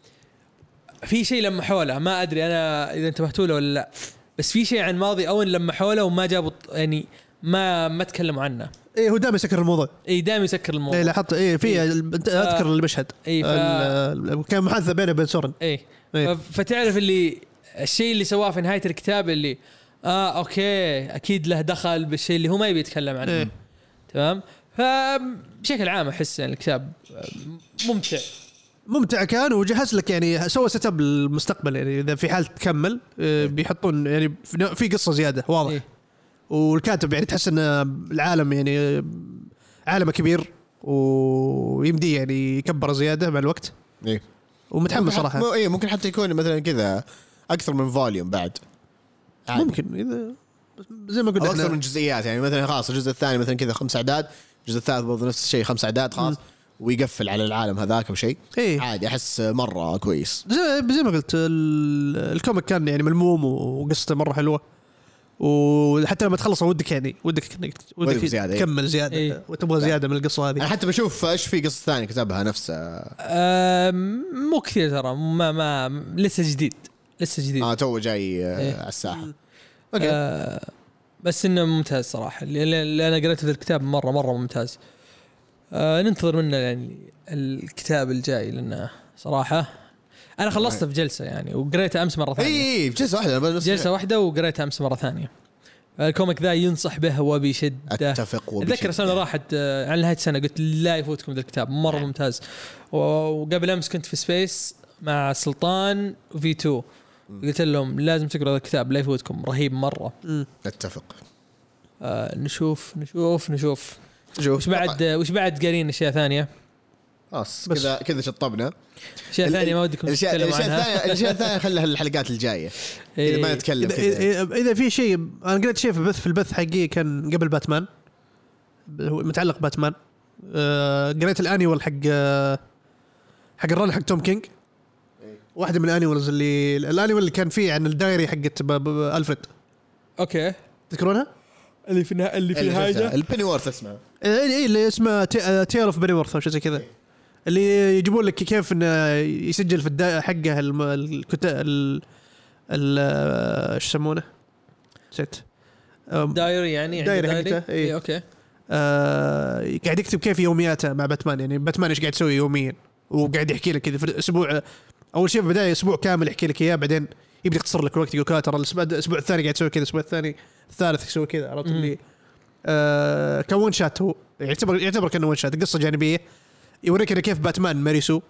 Speaker 2: في شيء لما حوله ما ادري انا اذا انتبهتوا له ولا لا بس في شيء عن ماضي اوين لما حوله وما جابوا يعني ما ما تكلموا عنه.
Speaker 3: ايه هو دائما يسكر الموضوع.
Speaker 2: اي دائما يسكر الموضوع.
Speaker 3: ايه لاحظت ايه في
Speaker 2: إيه.
Speaker 3: اذكر
Speaker 2: ف...
Speaker 3: المشهد
Speaker 2: إيه ف...
Speaker 3: ال... كان محادثه بينه وبين سورن.
Speaker 2: ايه,
Speaker 3: إيه.
Speaker 2: ف... فتعرف اللي الشيء اللي سواه في نهايه الكتاب اللي اه اوكي اكيد له دخل بالشيء اللي هو ما يبي يتكلم عنه.
Speaker 3: إيه.
Speaker 2: تمام. فبشكل عام احس يعني الكتاب ممتع
Speaker 3: ممتع كان وجهز لك يعني سوى سيت اب للمستقبل يعني اذا في حال تكمل بيحطون يعني في قصه زياده واضح.
Speaker 2: إيه.
Speaker 3: والكاتب يعني تحس ان العالم يعني عالم كبير ويمدي يعني يكبر زياده مع الوقت.
Speaker 1: ايه
Speaker 3: ومتحمس صراحه.
Speaker 1: مو ايه ممكن حتى يكون مثلا كذا اكثر من فوليوم بعد
Speaker 3: عادي. ممكن اذا زي ما قلنا
Speaker 1: اكثر من جزئيات يعني مثلا خلاص الجزء الثاني مثلا كذا خمس اعداد الجزء الثالث برضه نفس الشيء خمس اعداد خلاص م. ويقفل على العالم هذاك او شيء.
Speaker 3: إيه؟
Speaker 1: عادي احس مره كويس
Speaker 3: زي زي ما قلت الكوميك كان يعني ملموم وقصته مره حلوه وحتى لما تخلص ودك يعني ودك ودك
Speaker 1: زيادة
Speaker 3: تكمل زياده
Speaker 2: إيه؟
Speaker 3: وتبغى زياده من القصه هذه.
Speaker 1: انا حتى بشوف ايش في قصه ثانيه كتبها نفسها
Speaker 2: مو كثير ترى ما ما لسه جديد لسه جديد
Speaker 1: اه تو جاي آه
Speaker 2: إيه؟
Speaker 1: على الساحه.
Speaker 2: اوكي آه بس انه ممتاز صراحه اللي انا قريته في الكتاب مره مره ممتاز. آه ننتظر منه يعني الكتاب الجاي لانه صراحه انا خلصته في جلسه يعني وقريته امس مره ثانيه.
Speaker 1: اي في جلسه واحده
Speaker 2: جلسه واحده وقريته امس مره ثانيه. الكوميك ذا ينصح به وبشده.
Speaker 1: اتفق وبشده.
Speaker 2: اتذكر سنه راحت على نهايه السنه قلت لا يفوتكم ذا الكتاب مره ممتاز. وقبل امس كنت في سبيس مع سلطان وفي تو قلت لهم لازم تقرأ الكتاب لا يفوتكم رهيب مرة.
Speaker 1: اتفق.
Speaker 2: آه نشوف نشوف نشوف
Speaker 1: شوف
Speaker 2: وش بعد وش بعد قارين اشياء ثانيه
Speaker 1: خلاص كذا كذا شطبنا
Speaker 2: اشياء ثانيه ما ودكم
Speaker 1: تتكلموا عنها. الاشياء الثانيه خليها الحلقات الجايه
Speaker 2: إيه.
Speaker 1: اذا ما نتكلم
Speaker 3: إذا, إذا, اذا في شيء انا قريت شيء في البث في البث حقي كان قبل باتمان متعلق باتمان. آه قريت الانيول حق آه حق الرن حق توم كينج. واحدة من الانيولز اللي الانيول اللي كان فيه عن الدايري حقت ألفريد.
Speaker 2: اوكي
Speaker 3: تذكرونها
Speaker 2: اللي في اللي في حاجه
Speaker 1: البيني وورث اسمها
Speaker 3: اي اللي اسمها تيل اوف بيني وورث او شيء زي كذا. اللي يجيبون لك كيف انه يسجل في الدايري حقه الكتاب ال ايش يسمونه نسيت
Speaker 2: دايري يعني
Speaker 3: دايري حقته. اي
Speaker 2: اوكي.
Speaker 3: آه قاعد يكتب كيف يومياته مع باتمان يعني باتمان ايش قاعد يسوي يوميا وقاعد يحكي لك كذا في اسبوع. اول شيء في البدايه اسبوع كامل يحكي لك اياه بعدين يبي يختصر لك الوقت يقول ترى الاسبوع الثاني قاعد يسوي كذا الاسبوع الثاني الثالث يسوي كذا. عرفت اللي آه كون شات هو يعتبر يعتبر كانه ون شات قصه جانبيه يوريك انه كيف باتمان ماريسو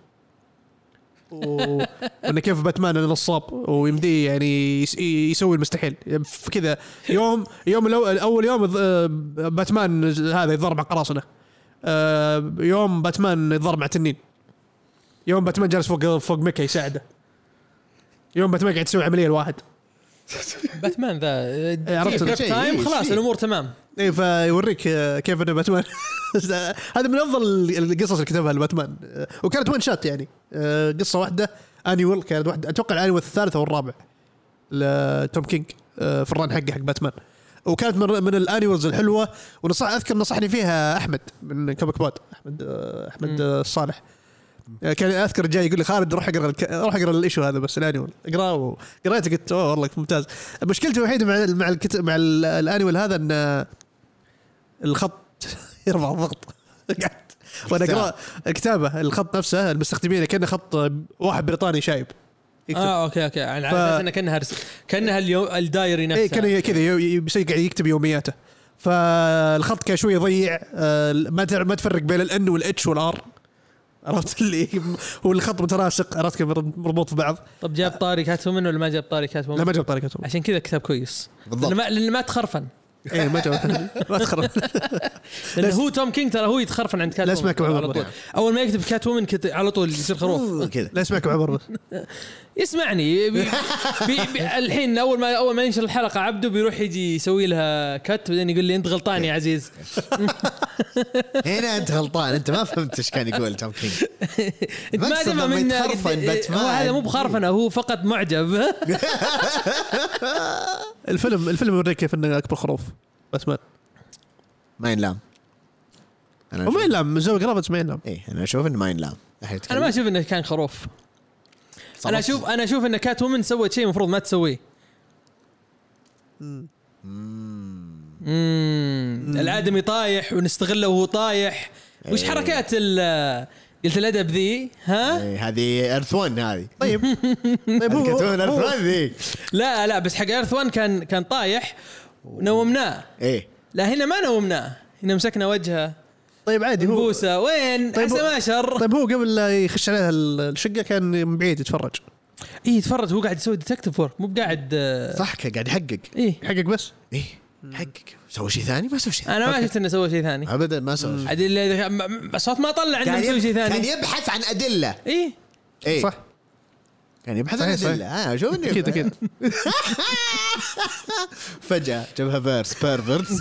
Speaker 3: وانه كيف باتمان نصاب ويمدي يعني يسوي المستحيل في كذا. يوم يوم الاول اول يوم باتمان هذا يضرب مع قراصنه. آه يوم باتمان يضرب مع تنين. يوم باتمان جالس فوق فوق ميكا يساعده. يوم باتمان قاعد يسوي عمليه الواحد.
Speaker 2: باتمان ذا
Speaker 3: عرفت
Speaker 2: تايم خلاص الامور تمام.
Speaker 3: اي فيوريك كيف انه باتمان هذا من افضل القصص اللي كتبها لباتمان وكانت وين شات يعني قصه واحده انيول كانت واحده اتوقع الانيول الثالث او الرابع لتوم كينج في الران حقه حق باتمان وكانت من, من الانيولز الحلوه ونصح اذكر نصحني فيها احمد من كوميك بود احمد احمد الصالح. كان اذكر جاي يقول لي خالد روح اقرا روح اقرا الايشو هذا بس الانيول اقراه قريته قلت اوه والله ممتاز. مشكلتي الوحيده مع مع الكتاب مع الانيول هذا ان الخط يرفع الضغط قاعد وانا اقرا الكتابه الخط نفسه المستخدمين كانه خط واحد بريطاني شايب
Speaker 2: يكتب. اه اوكي اوكي يعني ف... عشان كانها كانها اليوم الدايري نفسه
Speaker 3: اي كان كذا بيصير قاعد يكتب يومياته فالخط كان شوي يضيع. ما ما تفرق بين الان والاتش والار عرفت اللي هو اللي خط متراشق، عرفت كيف مربوط في بعض.
Speaker 2: طب جاب طاري كاتومن ولا ما جاب طاري كاتومن؟
Speaker 3: لا ما جاب طاري كاتومن،
Speaker 2: عشان كذا كتاب كويس
Speaker 1: بالضبط.
Speaker 2: لأن ما, لأن ما تخرفن.
Speaker 3: ايه ما جاب ما تخرب.
Speaker 2: لأن هو توم كينج ترى هو يتخرفن عند كاتومن.
Speaker 3: لا اسمعك بعبر
Speaker 2: على طول. أول ما يكتب كاتومن كت... على طول يصير خروف
Speaker 1: كذا.
Speaker 3: لا اسمعك بعبر بس.
Speaker 2: يسمعني بي بي بي الحين أول ما أول ما ينشر الحلقة عبده بيروح يجي يسوي لها كت بعدين يقول لي أنت غلطان يا عزيز.
Speaker 1: هنا انت غلطان، انت ما فهمت ايش كان يقول توم كينج.
Speaker 2: أنت ما
Speaker 1: مقصد
Speaker 2: تفهم
Speaker 1: لما
Speaker 2: من
Speaker 1: يتخرفن باتمان.
Speaker 2: هو هذا مو بخرفنة، هو فقط معجب.
Speaker 3: الفيلم الفيلم يوريك كيف انه اكبر خروف بس ما
Speaker 1: ما ينلام. انا
Speaker 3: وما ينلام زوج جرافيتس ما ينلام.
Speaker 1: ايه انا اشوف انه ما ينلام.
Speaker 2: أنا ما أشوف إنه كان خروف. أنا أشوف أنا أشوف إن كات وومن سوت شيء المفروض ما تسويه. امم الآدمي طايح ونستغله وهو طايح. وش
Speaker 1: إيه.
Speaker 2: حركات ال قلت الأدب ذي ها؟
Speaker 1: إيه هذه ايرث ون هذه.
Speaker 3: طيب طيب هو
Speaker 1: كرتون ايرث ون ذي.
Speaker 2: لا لا بس حق ايرث ون كان كان طايح ونومناه.
Speaker 1: ايه
Speaker 2: لا هنا ما نومناه، هنا مسكنا وجهه.
Speaker 3: طيب عادي هو
Speaker 2: بوسه وين
Speaker 3: طيب
Speaker 2: طيب ما شر.
Speaker 3: طيب هو قبل لا يخش عليها الشقه كان من بعيد يتفرج.
Speaker 2: ايه يتفرج، هو قاعد يسوي ديتكتيف ورك، مو بقاعد.
Speaker 1: صح قاعد يحقق.
Speaker 2: ايه
Speaker 3: حقك بس
Speaker 1: ايه حقق. سوى شيء ثاني؟ ما سوى شيء.
Speaker 2: انا ما شفت انه سوى شيء ثاني
Speaker 1: ابدا ما سوى شيء.
Speaker 2: عاد اللي الصوت ما طلع انه مسوي شيء
Speaker 1: كان
Speaker 2: ثاني.
Speaker 1: يبحث عن ادله.
Speaker 2: ايه
Speaker 1: ايه
Speaker 3: صح
Speaker 1: كان يبحث عن
Speaker 3: صحيح،
Speaker 1: ادله. اه شوف اني
Speaker 3: اكيد اكيد.
Speaker 1: فجاه جابها فيرس بيرفرتس.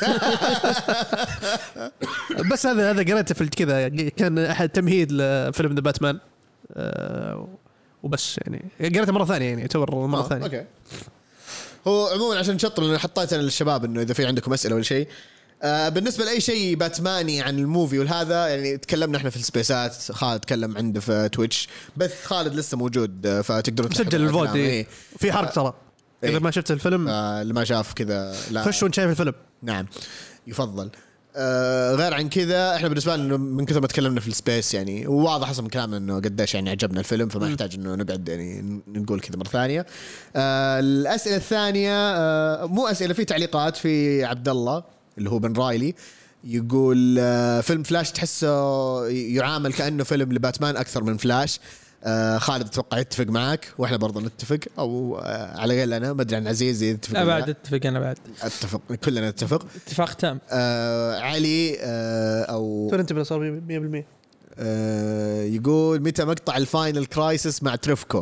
Speaker 3: بس هذا هذا قريته في كذا كان احد تمهيد لفيلم ذا باتمان أه وبس يعني قريته مره ثانيه يعني يعتبر مره
Speaker 1: آه،
Speaker 3: ثانيه.
Speaker 1: اوكي. هو عموما عشان نشطر لأن حطيت انا للشباب انه اذا في عندكم اسئله ولا شيء. آه بالنسبه لاي شيء باتماني عن الموفي والهذا يعني تكلمنا احنا في السبيسات. خالد تكلم عنده في تويتش، بث خالد لسه موجود آه، فتقدروا
Speaker 3: مسجل الفود
Speaker 1: إيه.
Speaker 3: في حرق ترى
Speaker 1: إيه.
Speaker 3: اذا ما شفت الفيلم
Speaker 1: آه اللي ما شاف كذا لا
Speaker 3: خش وانت شايف الفيلم.
Speaker 1: نعم يفضل. آه غير عن كذا احنا بالنسبه لنا من كثر ما تكلمنا في السبيس يعني وواضح اصلا من كلامنا انه قديش يعني عجبنا الفيلم، فما يحتاج انه نقعد يعني نقول كذا مره ثانيه. آه الاسئله الثانيه آه مو اسئله، في تعليقات. في عبد الله اللي هو بن رايلي يقول آه فيلم فلاش تحسه يعامل كانه فيلم لباتمان اكثر من فلاش. آه خالد اتوقع يتفق معك واحنا برضه نتفق او آه على الاقل انا ما ادري عن عزيز يتفق.
Speaker 2: لا بعد اتفق انا بعد
Speaker 1: اتفق كلنا نتفق
Speaker 2: اتفاق تام.
Speaker 1: آه علي آه او
Speaker 3: ترى انت بلا صار مية بالمية.
Speaker 1: آه يقول متى مقطع الفاينل كرايسس مع تريفكو؟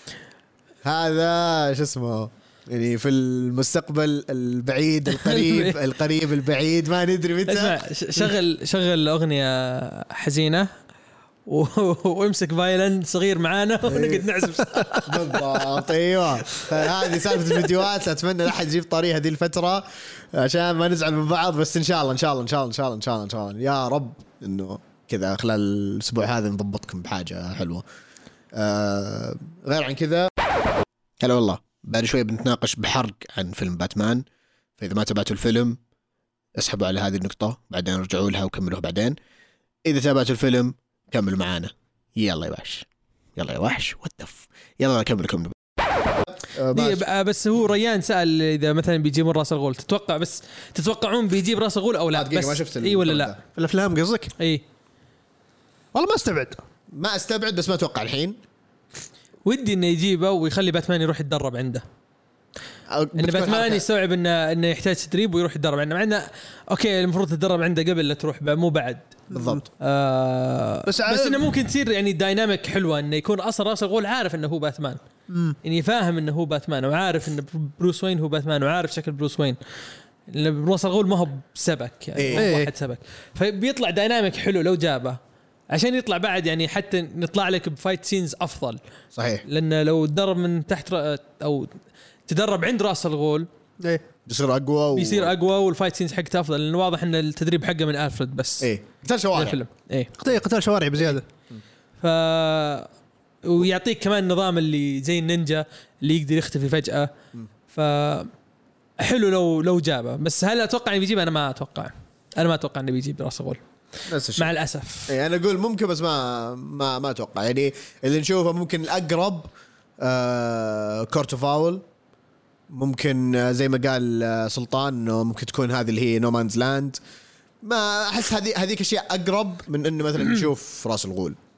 Speaker 1: هذا شو اسمه يعني في المستقبل البعيد القريب القريب البعيد ما ندري متى.
Speaker 2: اسمع شغل شغل اغنيه حزينه وامسك فايلن صغير معانا ونقعد نعزف.
Speaker 1: بالضبط ايوه. هذه سالفه الفيديوهات. اتمنى لا احد يجيب طريقه هذه الفتره عشان ما نزعل من بعض، بس ان شاء الله ان شاء الله ان شاء الله ان شاء الله ان شاء الله ان شاء الله يا رب انه كذا خلال الاسبوع هذا نضبطكم بحاجه حلوه. آه غير عن كذا هلا والله بعد شوي بنتناقش بحرق عن فيلم باتمان، فاذا ما تابعتوا الفيلم اسحبوا على هذه النقطه بعدين رجعوا لها وكملوها بعدين. اذا تابعتوا الفيلم كملوا معانا. يلا يا وحش يلا يا وحش وتف يلا كملوا كملوا.
Speaker 2: دي بس هو ريان سأل إذا مثلا بيجيبون راس الغول، تتوقع بس تتوقعون بيجيب راس الغول أو لا؟ بس
Speaker 1: ما شفت
Speaker 2: إي ولا لا
Speaker 3: في الافلام قصدك؟
Speaker 2: إي
Speaker 3: والله ما استبعد
Speaker 1: ما استبعد بس ما اتوقع الحين.
Speaker 2: ودي انه يجيبه ويخلي باتمان يروح يتدرب عنده، ان باتمان يستوعب انه انه يحتاج تدريب ويروح يتدرب عنده، مع انه اوكي المفروض تتدرب عنده قبل لا تروح مو بعد
Speaker 1: بالضبط.
Speaker 2: آه بس, بس انه ممكن تصير يعني دايناميك حلوه انه يكون اصلا راس الغول عارف انه هو باتمان، يعني فاهم انه هو باتمان وعارف انه بروس وين هو باتمان وعارف شكل بروس وين. راس الغول ما هو سبك يعني
Speaker 3: إيه.
Speaker 2: ما هو واحد سبك، فبيطلع دايناميك حلو لو جابه عشان يطلع بعد يعني حتى نطلع لك بفايت سينز افضل.
Speaker 1: صحيح.
Speaker 2: لان لو تدرب من تحت او تدرب عند راس الغول
Speaker 3: ايه
Speaker 1: بيصير اقوى و...
Speaker 2: بيصير اقوى والفايت سينز حقته افضل، لان واضح ان التدريب حقه من الفريد بس.
Speaker 1: ايه قتال شوارع
Speaker 2: الفيلم ايه
Speaker 3: قتال قتال شوارع بزياده.
Speaker 2: ف ويعطيك كمان النظام اللي زي النينجا اللي يقدر يختفي فجأة. ف حلو لو لو جابه، بس هل اتوقع انه بيجيب؟ انا ما اتوقع انا ما اتوقع انه بيجيب راس الغول مع الاسف.
Speaker 1: يعني انا اقول ممكن بس ما ما ما اتوقع. يعني اللي نشوفه ممكن الاقرب آه كورت فاول، ممكن زي ما قال سلطان انه ممكن تكون هذه اللي هي نومانز لاند. ما احس هذه هذيك اشياء اقرب من انه مثلا نشوف راس الغول.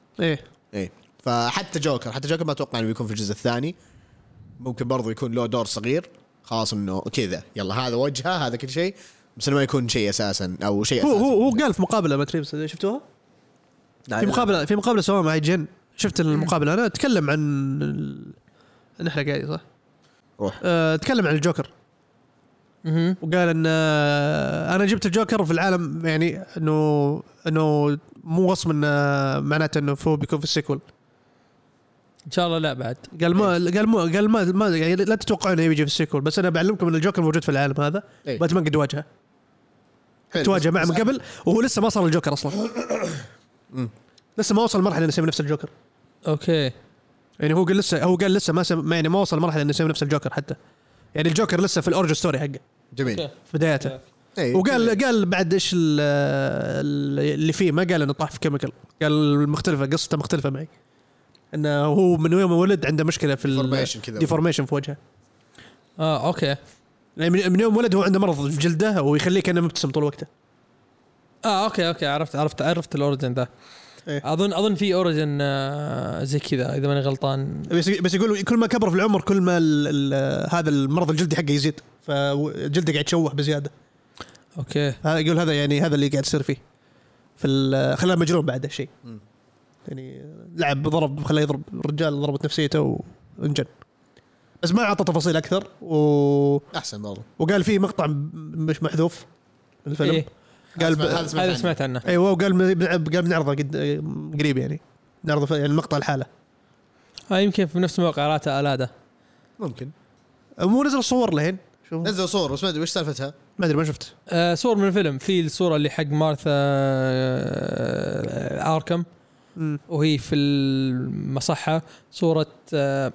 Speaker 3: ايه
Speaker 1: ايه فحتى جوكر حتى جوكر ما اتوقع انه بيكون في الجزء الثاني. ممكن برضو يكون له دور صغير خلاص انه كذا يلا هذا وجهه هذا كل شيء بس انه ما يكون شيء اساسا او شيء
Speaker 3: هو
Speaker 1: اساسا.
Speaker 3: هو هو قال في مقابله ما تريبس شفتوها في مقابله في مقابله سواء مع جن شفت المقابله انا اتكلم عن ال... نحرق قاعد صح
Speaker 1: روح
Speaker 3: أه... اتكلم عن الجوكر
Speaker 2: اها
Speaker 3: وقال ان أه... انا جبت الجوكر في العالم يعني انه انه مو وصف من معناته انه فهو بيكون في السيكول
Speaker 2: ان شاء الله لا بعد
Speaker 3: قال ما قال ما قال ما, ما يعني لا تتوقعون انه يجي في السيكول بس انا بعلمكم ان الجوكر موجود في العالم هذا
Speaker 1: إيه.
Speaker 3: باتمان قد واجهه تواجه معه من قبل وهو لسه ما صار الجوكر اصلا لسه ما وصل المرحله انه يسوي نفس الجوكر
Speaker 2: اوكي
Speaker 3: يعني هو قال لسه هو قال لسه ما سم... يعني ما وصل المرحله انه يسوي نفس الجوكر حتى يعني الجوكر لسه في الاوريجن ستوري حقه
Speaker 1: جميل
Speaker 2: أوكي.
Speaker 3: في بدايته
Speaker 1: إيه.
Speaker 3: وقال قال بعد ايش اللي فيه ما قال انه طاح في كيميكال قال مختلفه قصته مختلفه معي انه هو من يوم ولد عنده مشكله في
Speaker 1: Deformation كذا.
Speaker 3: ديفورميشن في وجهه
Speaker 2: اه اوكي
Speaker 3: يعني من يوم ولد هو عنده مرض في جلده ويخليه كانه مبتسم طول وقته
Speaker 2: اه اوكي اوكي عرفت عرفت عرفت الاوريجن ده
Speaker 3: إيه.
Speaker 2: اظن اظن في اوريجن آه زي كذا اذا ماني غلطان
Speaker 3: بس بس يقول كل ما كبر في العمر كل ما ال ال هذا المرض الجلدي حقه يزيد فجلده قاعد يتشوه بزياده
Speaker 2: اوكي
Speaker 3: هذا يقول هذا يعني هذا اللي قاعد يصير فيه في خلاه مجنون بعد هالشيء يعني لعب ضرب خلاه يضرب الرجال ضربت نفسيته وانجن بس ما اعطى تفاصيل اكثر و
Speaker 1: احسن والله
Speaker 3: وقال فيه مقطع مش محذوف من الفيلم
Speaker 2: إيه؟
Speaker 3: قال ب...
Speaker 2: هذا سمعت عنه
Speaker 3: ايوه وقال قال بنعرضه قد... قريب يعني نعرضه يعني المقطع الحالة
Speaker 2: ها آه يمكن في نفس موقع راتا الادا
Speaker 1: ممكن
Speaker 3: مو نزل صور لهين شوف
Speaker 1: نزل صور بس ما ادري وش سالفتها
Speaker 3: ما ادري ما شفت
Speaker 2: آه صور من الفيلم في الصورة اللي حق مارثا آه آركم
Speaker 3: م.
Speaker 2: وهي في المصحة صورة آه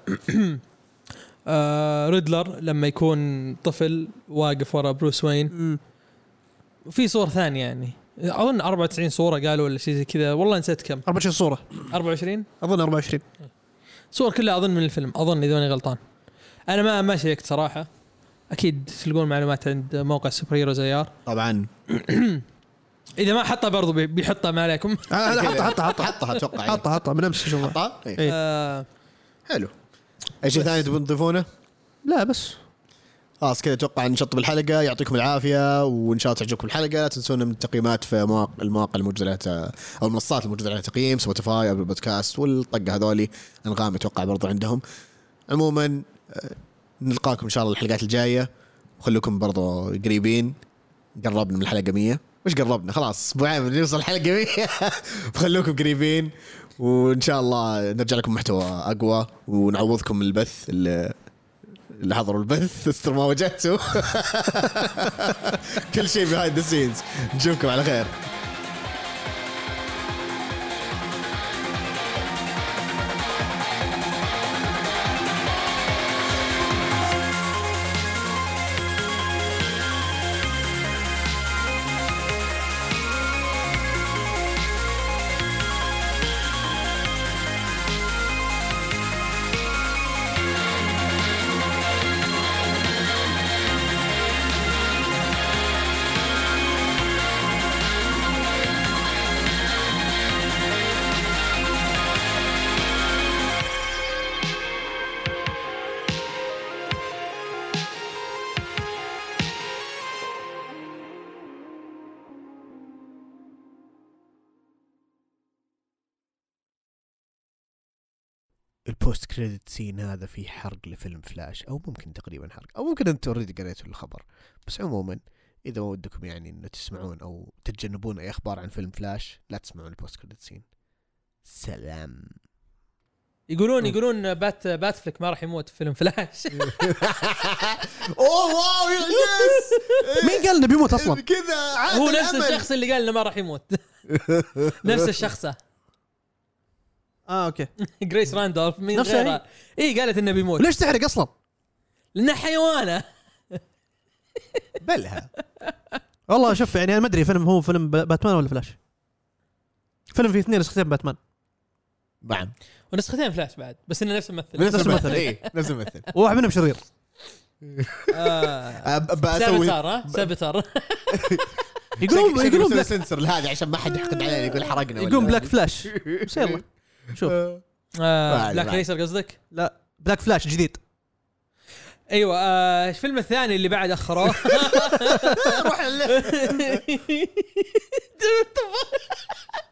Speaker 2: آه ريدلر لما يكون طفل واقف ورا بروس وين
Speaker 3: م.
Speaker 2: وفي صور ثانية يعني أظن أربعة وتسعين صورة قالوا ولا شيء زي كذا والله نسيت كم
Speaker 3: أربعة وعشرين صورة
Speaker 2: أربعة وعشرين
Speaker 3: أظن أربعة وعشرين
Speaker 2: صور كلها أظن من الفيلم أظن إذا أنا غلطان أنا ما ما شيكت صراحة أكيد تلقون معلومات عند موقع سوبر هيرو زيار
Speaker 1: طبعا
Speaker 2: إذا ما حطها برضو بيحطها ما عليكم
Speaker 3: أنا حطها حطها حطها
Speaker 1: حطها اتوقع
Speaker 3: حطها حطها من أمس شوفها
Speaker 1: حطها إيه.
Speaker 3: إيه.
Speaker 2: آه
Speaker 1: حلو اي شيء ثاني تبون تضيفونه؟
Speaker 3: لا بس
Speaker 1: خلاص كذا اتوقع نشطب الحلقه يعطيكم العافيه وان شاء الله تعجبكم الحلقه لا تنسونا من التقييمات في مواقع المواقع الموجوده لها او المنصات الموجوده لها تقييم سبوتيفاي ابل بودكاست والطقه هذولي انغام اتوقع برضو عندهم عموما نلقاكم ان شاء الله الحلقات الجايه وخليكم برضو قريبين قربنا من الحلقه مية مش قربنا خلاص اسبوعين نوصل الحلقه مية فخلوكم قريبين وان شاء الله نرجع لكم محتوى اقوى ونعوضكم من البث اللي اللي حضروا البث استر ما وجدتوا كل شيء behind the scenes نشوفكم على خير البوست كريدت سين هذا فيه حرق لفيلم فلاش او ممكن تقريبا حرق او ممكن انتم اوريدي قريتوا الخبر بس عموما اذا ما ودكم يعني انه تسمعون او تتجنبون اي اخبار عن فيلم فلاش لا تسمعون البوست كريدت سين. سلام.
Speaker 2: يقولون يقولون بات باتفليك ما راح يموت في فيلم فلاش.
Speaker 1: اوه واو يس.
Speaker 3: مين قال انه بيموت اصلا؟
Speaker 1: كذا
Speaker 2: هو نفس الشخص اللي قال انه ما راح يموت. نفس الشخصة.
Speaker 3: اه اوكي.
Speaker 2: جريس راندولف من
Speaker 3: نفسها
Speaker 2: غيرها. اي قالت انه بيموت.
Speaker 3: ليش تحرق اصلا؟
Speaker 2: لانه حيوانة.
Speaker 1: بلها.
Speaker 3: والله شوف يعني انا ما ادري فيلم هو فيلم باتمان ولا فلاش. فيلم فيه اثنين نسختين باتمان.
Speaker 1: نعم.
Speaker 2: ونسختين فلاش بعد بس انه نفس الممثل.
Speaker 1: نفس الممثل اي نفس الممثل.
Speaker 3: وواحد منهم شرير.
Speaker 2: آه.
Speaker 1: بسوي
Speaker 2: سابتر.
Speaker 3: يقولون يقولون
Speaker 1: سنسر لهذا عشان ما حد يحقد علينا يقول حرقنا.
Speaker 3: يقولون بلاك فلاش. بس يلا. شوف
Speaker 2: آه
Speaker 1: بعد-
Speaker 2: بلاك
Speaker 1: بعد.
Speaker 2: ريسر قصدك؟
Speaker 3: لا بلاك فلاش جديد.
Speaker 2: ايوه آه الفيلم الثاني اللي بعد اخروه
Speaker 3: روح